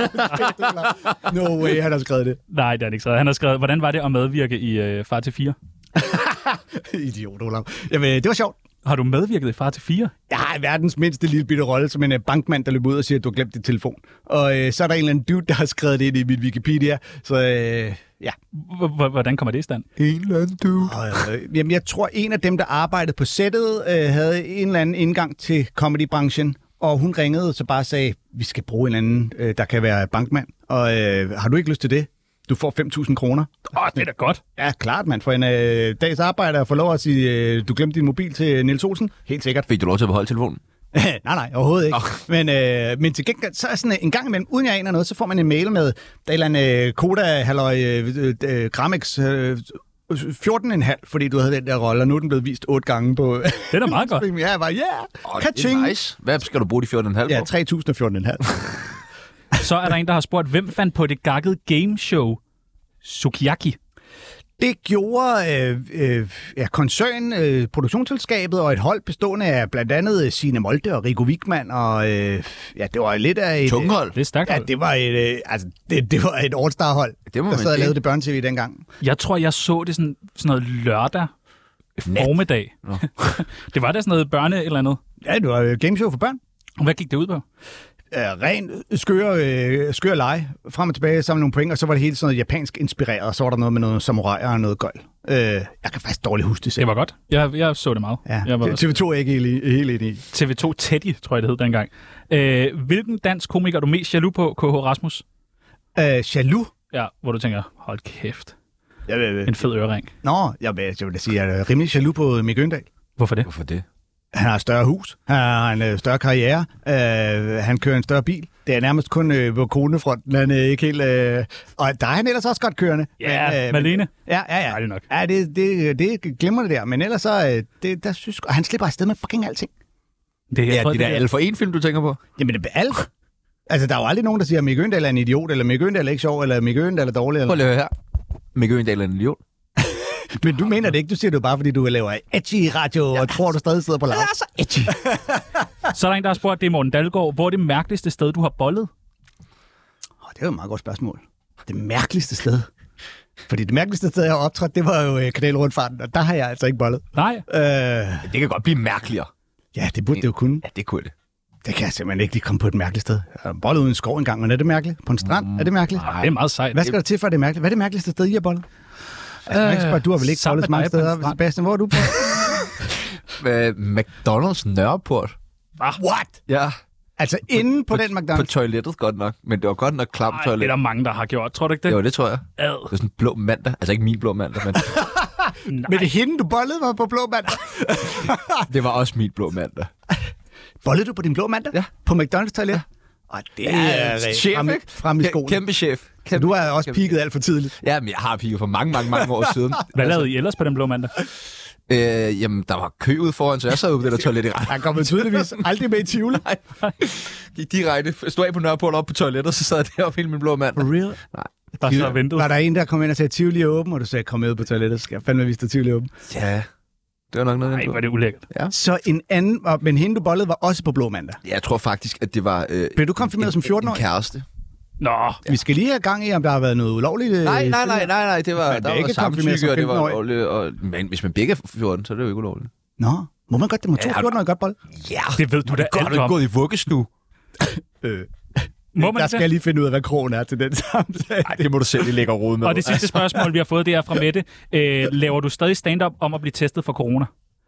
No way, han har skrevet det. Nej, det er han ikke skrevet. Han har skrevet, hvordan var det at medvirke i øh, Far til fire? Idiot, Olav. Jamen, det var sjovt. Har du medvirket i Far til fire? Jeg har verdens mindste lille bitte rolle som en uh, bankmand, der løber ud og siger, at du har glemt dit telefon. Og øh, så er der en eller anden dude, der har skrevet det ind i mit Wikipedia. Så øh, ja. H- h- Hvordan kommer det i stand? En eller anden dude. Og, øh, jamen, jeg tror, en af dem, der arbejdede på sættet, øh, havde en eller anden indgang til comedybranchen. Og hun ringede så bare og sagde, vi skal bruge en anden, øh, der kan være bankmand. Og øh, har du ikke lyst til det? Du får fem tusind kroner. Åh, oh, det er da godt. Ja, klart, mand. For en øh, dags arbejde at få lov at sige, øh, du glemte din mobil til Niels Olsen. Helt sikkert. Fik du lov til at beholde telefonen? nej, nej, overhovedet ikke. Oh. Men, øh, men til gengæld, så er sådan en gang imellem, uden jeg aner noget, så får man en mail med, der er et eller andet øh, Koda, halløj, øh, øh, Gramex, øh, fjorten komma fem, fordi du havde den der rolle, og nu er den blevet vist otte gange på... Det er da meget godt. ja, jeg var, ja, Oh, yeah, det er nice. Hvad skal du bruge de fjorten komma fem Ja, på? tre tusind og fjorten komma fem. Så er der en, der har spurgt, hvem fandt på det gakkede gameshow Sukiyaki? Det gjorde øh, øh, ja, koncern, øh, produktionsselskabet og et hold bestående af blandt andet Signe Molde og Rico Wigman, og øh, ja, det var lidt af et... Tungehold. Det er stærkt. Ja, hold. det var et, øh, altså, det, det var et all-star-hold, Det må der man sad og sige. lavede det børne-tv dengang. Jeg tror, jeg så det sådan, sådan noget lørdag formiddag. Nå. Det var da sådan noget børne eller andet. Ja, det var et gameshow for børn. Og hvad gik det ud på? Uh, ren skøre, øh, skøre lege, frem og tilbage, sammen nogle point, og så var det helt sådan noget japansk inspireret, og så var der noget med noget samuraier og noget gøjl. Uh, jeg kan faktisk dårligt huske det selv. Det var godt. Jeg, jeg så det meget. Ja, Jeg var T V to er ikke helt, helt enig i. T V to Teddy, tror jeg det hed dengang. Øh, hvilken dansk komiker er du mest jaloux på, K H. Rasmus? Uh, jaloux? Ja, hvor du tænker, hold kæft, Jeg vil, en fed ørering. Nå, jeg vil, jeg vil da sige, at jeg er rimelig jaloux på Mikke Øndal. Hvorfor det? Hvorfor det? Han har et større hus, han har en øh, større karriere, øh, han kører en større bil. Det er nærmest kun øh, på konefronten, han er ikke helt... Øh, og der er han ellers også godt kørende. Ja, men, øh, Malene. Ja, ja, ja. Nej, det er nok. Ja, det, det, det glemmer det der. Men ellers så... Øh, det, der synes, og han slipper afsted med fucking alting. Det, jeg Ja, tror, det der er- alle for en film, du tænker på? Jamen, det er alt. Altså, der er jo aldrig nogen, der siger, at Mikke Øgendahl er en idiot, eller Mikke Øgendahl er ikke sjov, eller Mikke Øgendahl er dårlig. Eller... Prøv lige at høre her. Mikke Øgendahl er en idiot. Men du mener det ikke. Du siger det jo bare, fordi du laver edgy radio, og tror, du stadig sidder på lav. Det er så edgy. Så er der en, der har spurgt, det er Morten Dalgaard. Hvor er det mærkeligste sted, du har bollet? Oh, det er jo et meget godt spørgsmål. Det mærkeligste sted. Fordi det mærkeligste sted, jeg har optrådt, det var jo øh, kanalrundfarten, og der har jeg altså ikke bollet. Nej. Øh, Det kan godt blive mærkeligere. ja, det burde det jo kunne. Ja, det kunne det. Det kan jeg simpelthen ikke lige komme på et mærkeligt sted. Jeg har bollet uden en skov engang, men er det mærkeligt? På en strand? Mm. Er det mærkeligt? Det er meget sejt. Hvad skal der til, for at det er mærkeligt? Hvad er det mærkeligste sted, I har bollet? Altså, man kan spørge, du har vel ikke sammen bollet så med mange dig på en steder. strand. Sebastian, hvor er du på? Uh, McDonald's Nørreport. What? Ja. Altså inde på, på den På McDonald's? toilettet godt nok, men det var godt nok klamt Ej, det er toilet. der mange, der har gjort. Tror du ikke det? Jo, det tror jeg. Ad. Det var sådan en blå mandag. Altså ikke min blå mandag, men Men det hende, du bollede var på blå mandag. det var også min blå mandag. Bollede du på din blå mandag? Ja. På McDonald's toilet? Og det er chef, frem, ikke? frem i skolen. Kæmpe chef. Så Kæmpe, du har også kæmpe. peaked alt for tidligt. Ja, men jeg har pigget for mange, mange, mange år siden. Hvad lavede I ellers på den blå mandag? Øh, jamen, der var kø ude foran, så jeg sad ude på det der toilet i ret. Jeg kommer tydeligvis aldrig med i Tivoli. Nej. Gik direkte. Stod af på Nørreport op på toilettet, så sad jeg deroppe hele min blå mand. For real? Bare så ventet. Var der en, der kom ind og sagde, Tivoli er åben, og du sagde, kom med ud på toilettet, skal jeg fandme vise dig, Tivoli er åben. Ja, det var nok noget. Nej, hvor er det ulækkert. Så en anden, og- men hende, du bollede, var også på blå mandag. Jeg tror faktisk, at det var... Øh, Blev du konfirmeret en- som fjorten-årig? En kæreste. Nå, Ja. Vi skal lige have gang i, om der har været noget ulovligt. øh, Nej, nej, nej, nej, nej, det var, Men det der er var ikke konfirmeret som samtykke, og det var femten-årig. ulovligt. Og, men hvis man begge er fjorten, så er det jo ikke ulovligt. Nå, må man godt, det må to Ja, har du- fjorten-årige godt bolle? Ja, det ved du da godt, alt du om. gået i vuggestue. Øh. Må man Der skal det? jeg lige finde ud af, hvad krogen er til den samtale. Nej, det må du selv lige lægge og rode med. Og det sidste spørgsmål, vi har fået, det er fra Mette. Øh, laver du stadig stand-up om at blive testet for corona?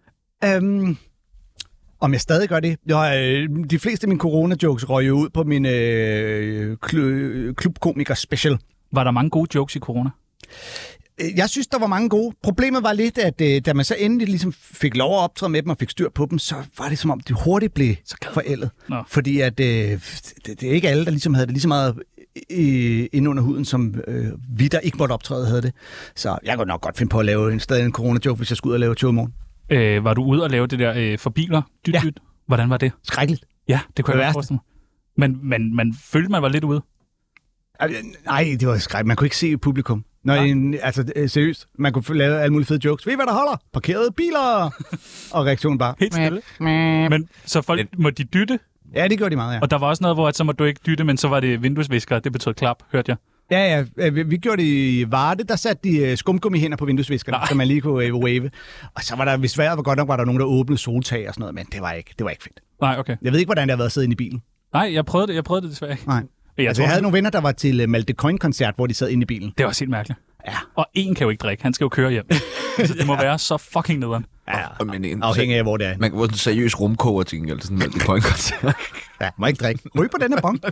Øhm, om jeg stadig gør det? Jo, øh, de fleste af mine corona-jokes røg jo ud på min øh, kl- klubkomiker special. Var der mange gode jokes i corona? Øh, Jeg synes, der var mange gode. Problemet var lidt, at øh, da man så endelig ligesom fik lov at optræde med dem og fik styr på dem, så var det som om, de hurtigt blev forældet. Nå. Fordi at, øh, det, det er ikke alle, der ligesom havde det lige så meget øh, inde under huden, som øh, vi, der ikke måtte optræde, havde det. Så jeg kunne nok godt finde på at lave en, stadig en corona-joke, hvis jeg skulle ud og lave show i morgen. Øh, var du ude og lave det der øh, for biler? Dyt, Ja. dyt. Hvordan var det? Skrækkeligt. Ja, det kunne Det jeg værste. godt forestille mig. Men man, man følte, man var lidt ude. Altså, nej, det var skrækkeligt. Man kunne ikke se publikum. Nå, en, altså øh, seriøst. Man kunne f- lave alle mulige fede jokes. Ved I, hvad der holder? Parkerede biler! Og reaktionen bare... Helt stille. Men så folk, må de dytte? Ja, det gjorde de meget, ja. Og der var også noget, hvor at, så må du ikke dytte, men så var det vinduesvisker. Det betød klap, hørte jeg. Ja, ja. Vi, vi gjorde det i Varde. Der satte de uh, skumgummi hænder på vinduesviskerne, Nej. så man lige kunne uh, wave. Og så var der, hvis vejret var godt nok, var der nogen, der åbnede soltag og sådan noget, men det var ikke, det var ikke fedt. Nej, okay. Jeg ved ikke, hvordan det har været at sidde inde i bilen. Nej, jeg prøvede det, jeg prøvede det desværre ikke. Nej. Men Jeg Altså, tror, jeg havde nogle venner, der var til uh, Malte Coin-koncert, hvor de sad inde i bilen. Det var også helt mærkeligt. Ja. Og en kan jo ikke drikke, han skal jo køre hjem. Så det må være så fucking nederen. Ja, Og, men en, afhængig af, hvor det er. Man kan få sådan en seriøs rumkoger til gengæld, sådan en point-koncert. Ja, må ikke drikke. Ryg på den her bong.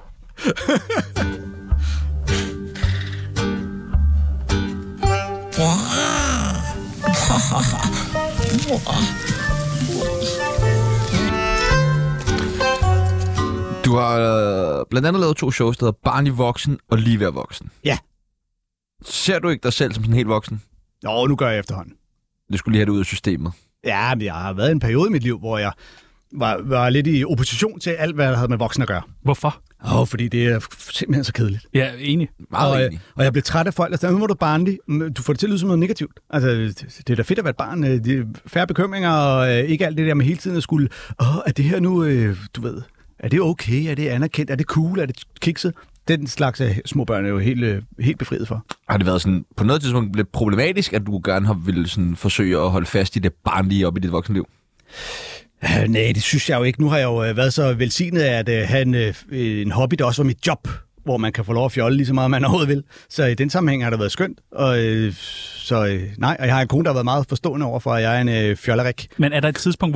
Du har øh, blandt andet lavet to shows, der hedder Barnlig Voksen og Lige Vær Voksen. Ja. Ser du ikke dig selv som sådan helt voksen? Nå, nu gør jeg efterhånden. Du skulle lige have det ud af systemet. Ja, men jeg har været i en periode i mit liv, hvor jeg var, var lidt i opposition til alt, hvad der havde med voksne at gøre. Hvorfor? Åh, oh, fordi det er simpelthen så kedeligt. Ja, enig. Meget og, enig. og jeg blev træt af folk, der sagde, nu må du barnlig. Du får det til at lyde som noget negativt. Altså, det er da fedt at være et barn. Det er færre bekymringer, og ikke alt det der med hele tiden at skulle, åh, er det her nu, øh, du ved, er det okay, er det anerkendt, er det cool, er det kikset? Den slags af små børn er jo helt, øh, helt befriet for. Har det været sådan på noget tidspunkt lidt problematisk, at du gerne har ville sådan forsøge at holde fast i det barnlige op i dit voksenliv? Uh, nej, det synes jeg jo ikke. Nu har jeg jo uh, været så velsignet af at uh, have en, uh, en hobby, der også var mit job, hvor man kan få lov at fjolle lige så meget, man overhovedet vil. Så i den sammenhæng har det været skønt. Og, uh, så uh, nej, og jeg har en kone, der har været meget forstående over for, at jeg er en uh, fjollerik. Men er der et tidspunkt, hvor du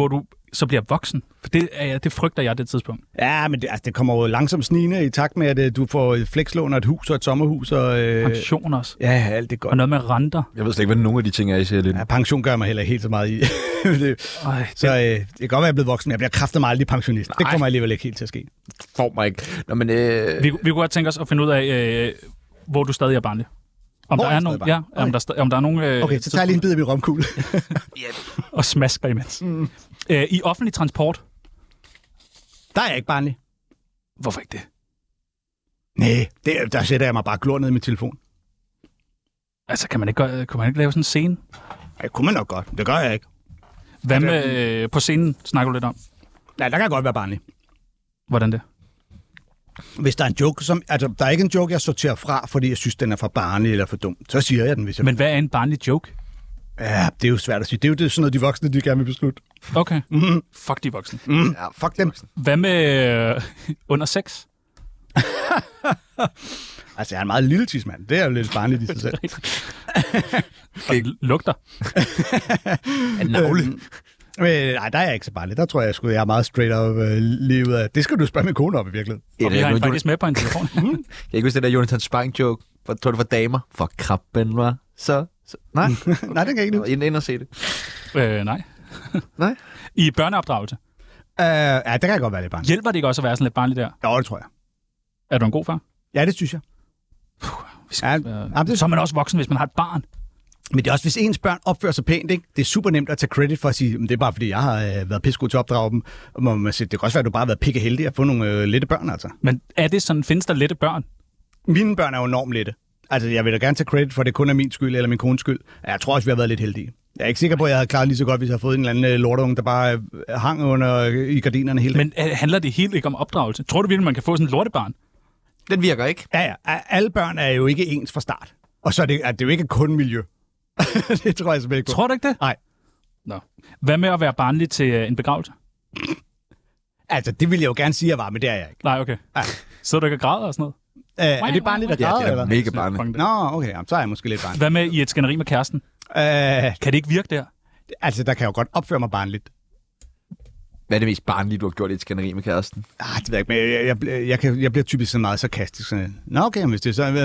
så bliver voksen? For det, er, det frygter jeg det tidspunkt. Ja, men det, altså, det kommer jo langsomt snigende i takt med, at uh, du får et flekslån og et hus og et sommerhus. Og, øh, Pension også. Ja, alt det godt. Og noget med renter. Jeg ved slet ikke, hvad nogen af de ting er, I siger lidt. Ja, pension gør mig heller ikke helt så meget i. det, Ej, så øh, det kan godt være, at jeg er blevet voksen, men jeg bliver kraftet meget aldrig pensionist. Nej. Det kommer alligevel ikke helt til at ske. Får mig ikke. Nå, men, øh... vi, vi kunne godt tænke os at finde ud af, øh, hvor du stadig er barnlig. Om hvor der er, nogen, ja, okay. om, der, om der er nogen... Øh, okay, så tager jeg lige en bid af min romkugle. og smasker imens. Mm. Øh, I offentlig transport? Der er jeg ikke barnlig. Hvorfor ikke det? Nej, det, der sætter jeg mig bare glor ned i min telefon. Altså, kan man ikke, gøre, kan man ikke lave sådan en scene? Ja, det kunne man nok godt. Det gør jeg ikke. Hvad med øh, på scenen snakker du lidt om? Nej, der kan jeg godt være barnlig. Hvordan det? Hvis der er en joke, som, altså der er ikke en joke, jeg sorterer fra, fordi jeg synes, den er for barnlig eller for dum, så siger jeg den, hvis jeg... Men hvad er en barnlig joke? Ja, det er jo svært at sige. Det er jo det, sådan noget, de voksne, de gerne vil beslutte. Okay. Mm. Fuck de voksne. Mm. Ja, fuck dem. Hvad med øh, under sex? Altså, jeg er en meget lille tidsmand. Det er jo lidt barnligt i sig selv. Og lugter. En navle. Men, nej, der er jeg ikke så barnlig. Der tror jeg, jeg, jeg er meget straight up uh, livet af. Det skal du spørge min kone op i virkeligheden. Og vi har en faktisk med på en telefon. Jeg kan ikke huske den der Jonathan Spang-joke. Jeg tror, det var damer. For krabben var så... så. Nej. Nej, den kan jeg ikke nu. Ind, ind og se det. Øh, nej. Nej. I børneopdragelse? Uh, ja, det kan jeg godt være lidt barnlig. Hjælper det ikke også at være sådan lidt barnlig der? Jo, det tror jeg. Er du en god far? Ja, det synes jeg. Puh, vi skal, ja, øh, jamen, det... Så er man også voksen, hvis man har et barn. Men det er også, hvis ens børn opfører sig pænt, ikke? Det er super nemt at tage credit for at sige, det er bare fordi, jeg har øh, været pissegod til at opdrage dem. Og må man sige, det kan også være, at du bare har været pikke heldig at få nogle øh, lette børn, altså. Men er det sådan, findes der lette børn? Mine børn er jo enormt lette. Altså, jeg vil da gerne tage credit for, at det kun er min skyld eller min kones skyld. Jeg tror også, vi har været lidt heldige. Jeg er ikke sikker på, at jeg havde klaret lige så godt, hvis jeg havde fået en eller anden øh, lorteunge, der bare øh, hang under øh, i gardinerne hele dagen. Men øh, handler det helt ikke om opdragelse? Tror du virkelig, man kan få sådan et lortebarn? Den virker ikke. Ja, ja. Alle børn er jo ikke ens fra start. Og så er det, er det jo ikke kun miljø. Det tror jeg simpelthen ikke på. Tror du ikke det? Nej. Nå. Hvad med at være barnlig til øh, en begravelse? Altså, det ville jeg jo gerne sige, at jeg var, men det er jeg ikke. Nej, okay. Ja. Så du ikke græder og sådan noget? Uh, er det barnligt at græde, ja, det er eller? mega barnligt. Nå, okay. Jamen, så er jeg måske lidt barnlig. Hvad med i et skænderi med kæresten? Uh, kan det ikke virke der? Altså, der kan jeg jo godt opføre mig barnligt. Hvad er det mest barnlige, du har gjort i et skænderi med kæresten? Ah, det ved jeg ikke, men jeg, jeg, jeg, jeg, kan, jeg bliver typisk sådan meget sarkastisk. Sådan, nå, okay, hvis det er sådan...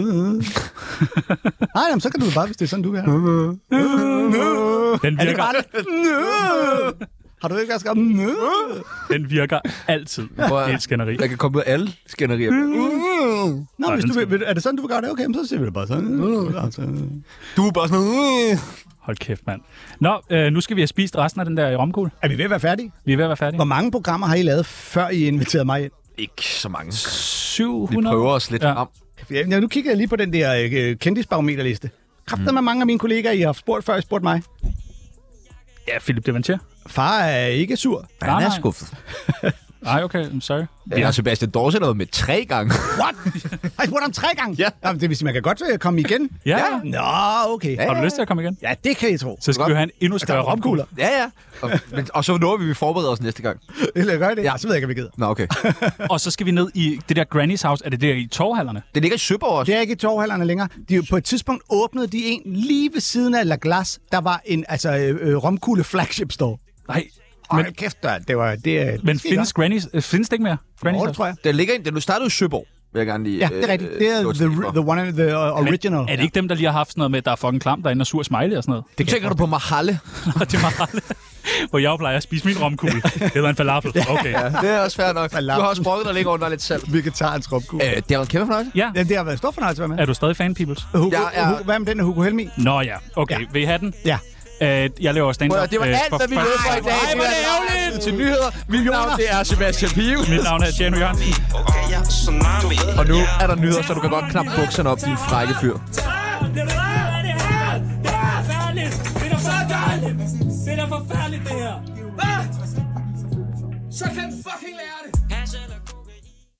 Nej, jamen, så kan du bare, hvis det er sådan, du vil have. Den virker, har du ikke også skrevet? den virker altid i et skænderi. Der kan komme ud af alle skænderier. Nå, hvis du vil, er det sådan, du vil gøre det? Okay, så siger vi det bare sådan. Du er bare sådan... Hold kæft, mand. Nå, øh, nu skal vi have spist resten af den der romkugle. Er vi ved at være færdige? Vi er ved at være færdige. Hvor mange programmer har I lavet, før I inviterede mig ind? Ikke så mange. syv Vi hundrede? prøver os lidt Ja. frem. Ja, nu kigger jeg lige på den der øh, kendisbarometerliste. Kræfter med mange af mine kollegaer, I har spurgt før, I spurgte mig. Ja, Philip Devantier. Far er ikke sur. Han er nej. skuffet. Nej, okay, I'm sorry. Vi har Sebastian Dorset noget med tre gange. What? Har I spurgt ham tre gange? Ja. Jamen, det vil sige, man kan godt øh, komme igen. Ja. Nå, okay. Har du lyst til at komme igen? Ja, det kan I tro. Så skal vi jo have en endnu Der større er romkugle. romkugler. Ja, ja. Og, men, og så når vi, vi forbereder os næste gang. Vil jeg gøre det? Ja. Ja, så ved jeg ikke, om vi gider. Nå, okay. Og så skal vi ned i det der Granny's House. Er det der i torvhallerne? Det ligger i Søborg også. Det er ikke i torvhallerne længere. De, på et tidspunkt åbnede de en lige ved siden af La Glace. Der var en altså, øh, romkugle flagship store. Nej. Men Men, kæft, der, det var... Det, men det findes Granny's? Øh, findes det ikke mere? Granny's Nå, det House? tror jeg. Den ligger ind. Den startede i Søborg, vil jeg gerne lige... Ja, det er rigtigt. Det er øh, the, the one and the uh, original. Er det ikke dem, der lige har haft sådan noget med, at der er fucking klam derinde og sur smiley og sådan noget? Det tænker du på Mahalle? Det er meget hvor jeg jo plejer at spise min romkugle. Eller en falafel. Okay. Ja, det er også fair nok. Du har også sprukket, der ligger under lidt salt. Vegetarens romkugle. Øh, det har været kæmpe fornøjelse. Ja. Ja, det har været stor fornøjelse at være med. Er du stadig fan, Peoples? Hugo, Jeg er- Hugo, hvad med den af Hugo Helmi? Nå ja. Okay, Ja. vil I have den? Ja. Øh, jeg laver stand-up. Prøv, det var øh, alt, hvad vi nåede for i dag. Ej, hvor er det ærgerligt! Til nyheder. Mit navn, det er Sebastian Pius. Mit navn er Tjano Jørgensen. Okay, jeg er tsunami. Og nu er der nyheder, så du kan godt knappe bukserne op, din frække fyr. Det er forfærdeligt! Det er forfærdeligt! Det er forfærdeligt, det her! Så kan fucking lære det!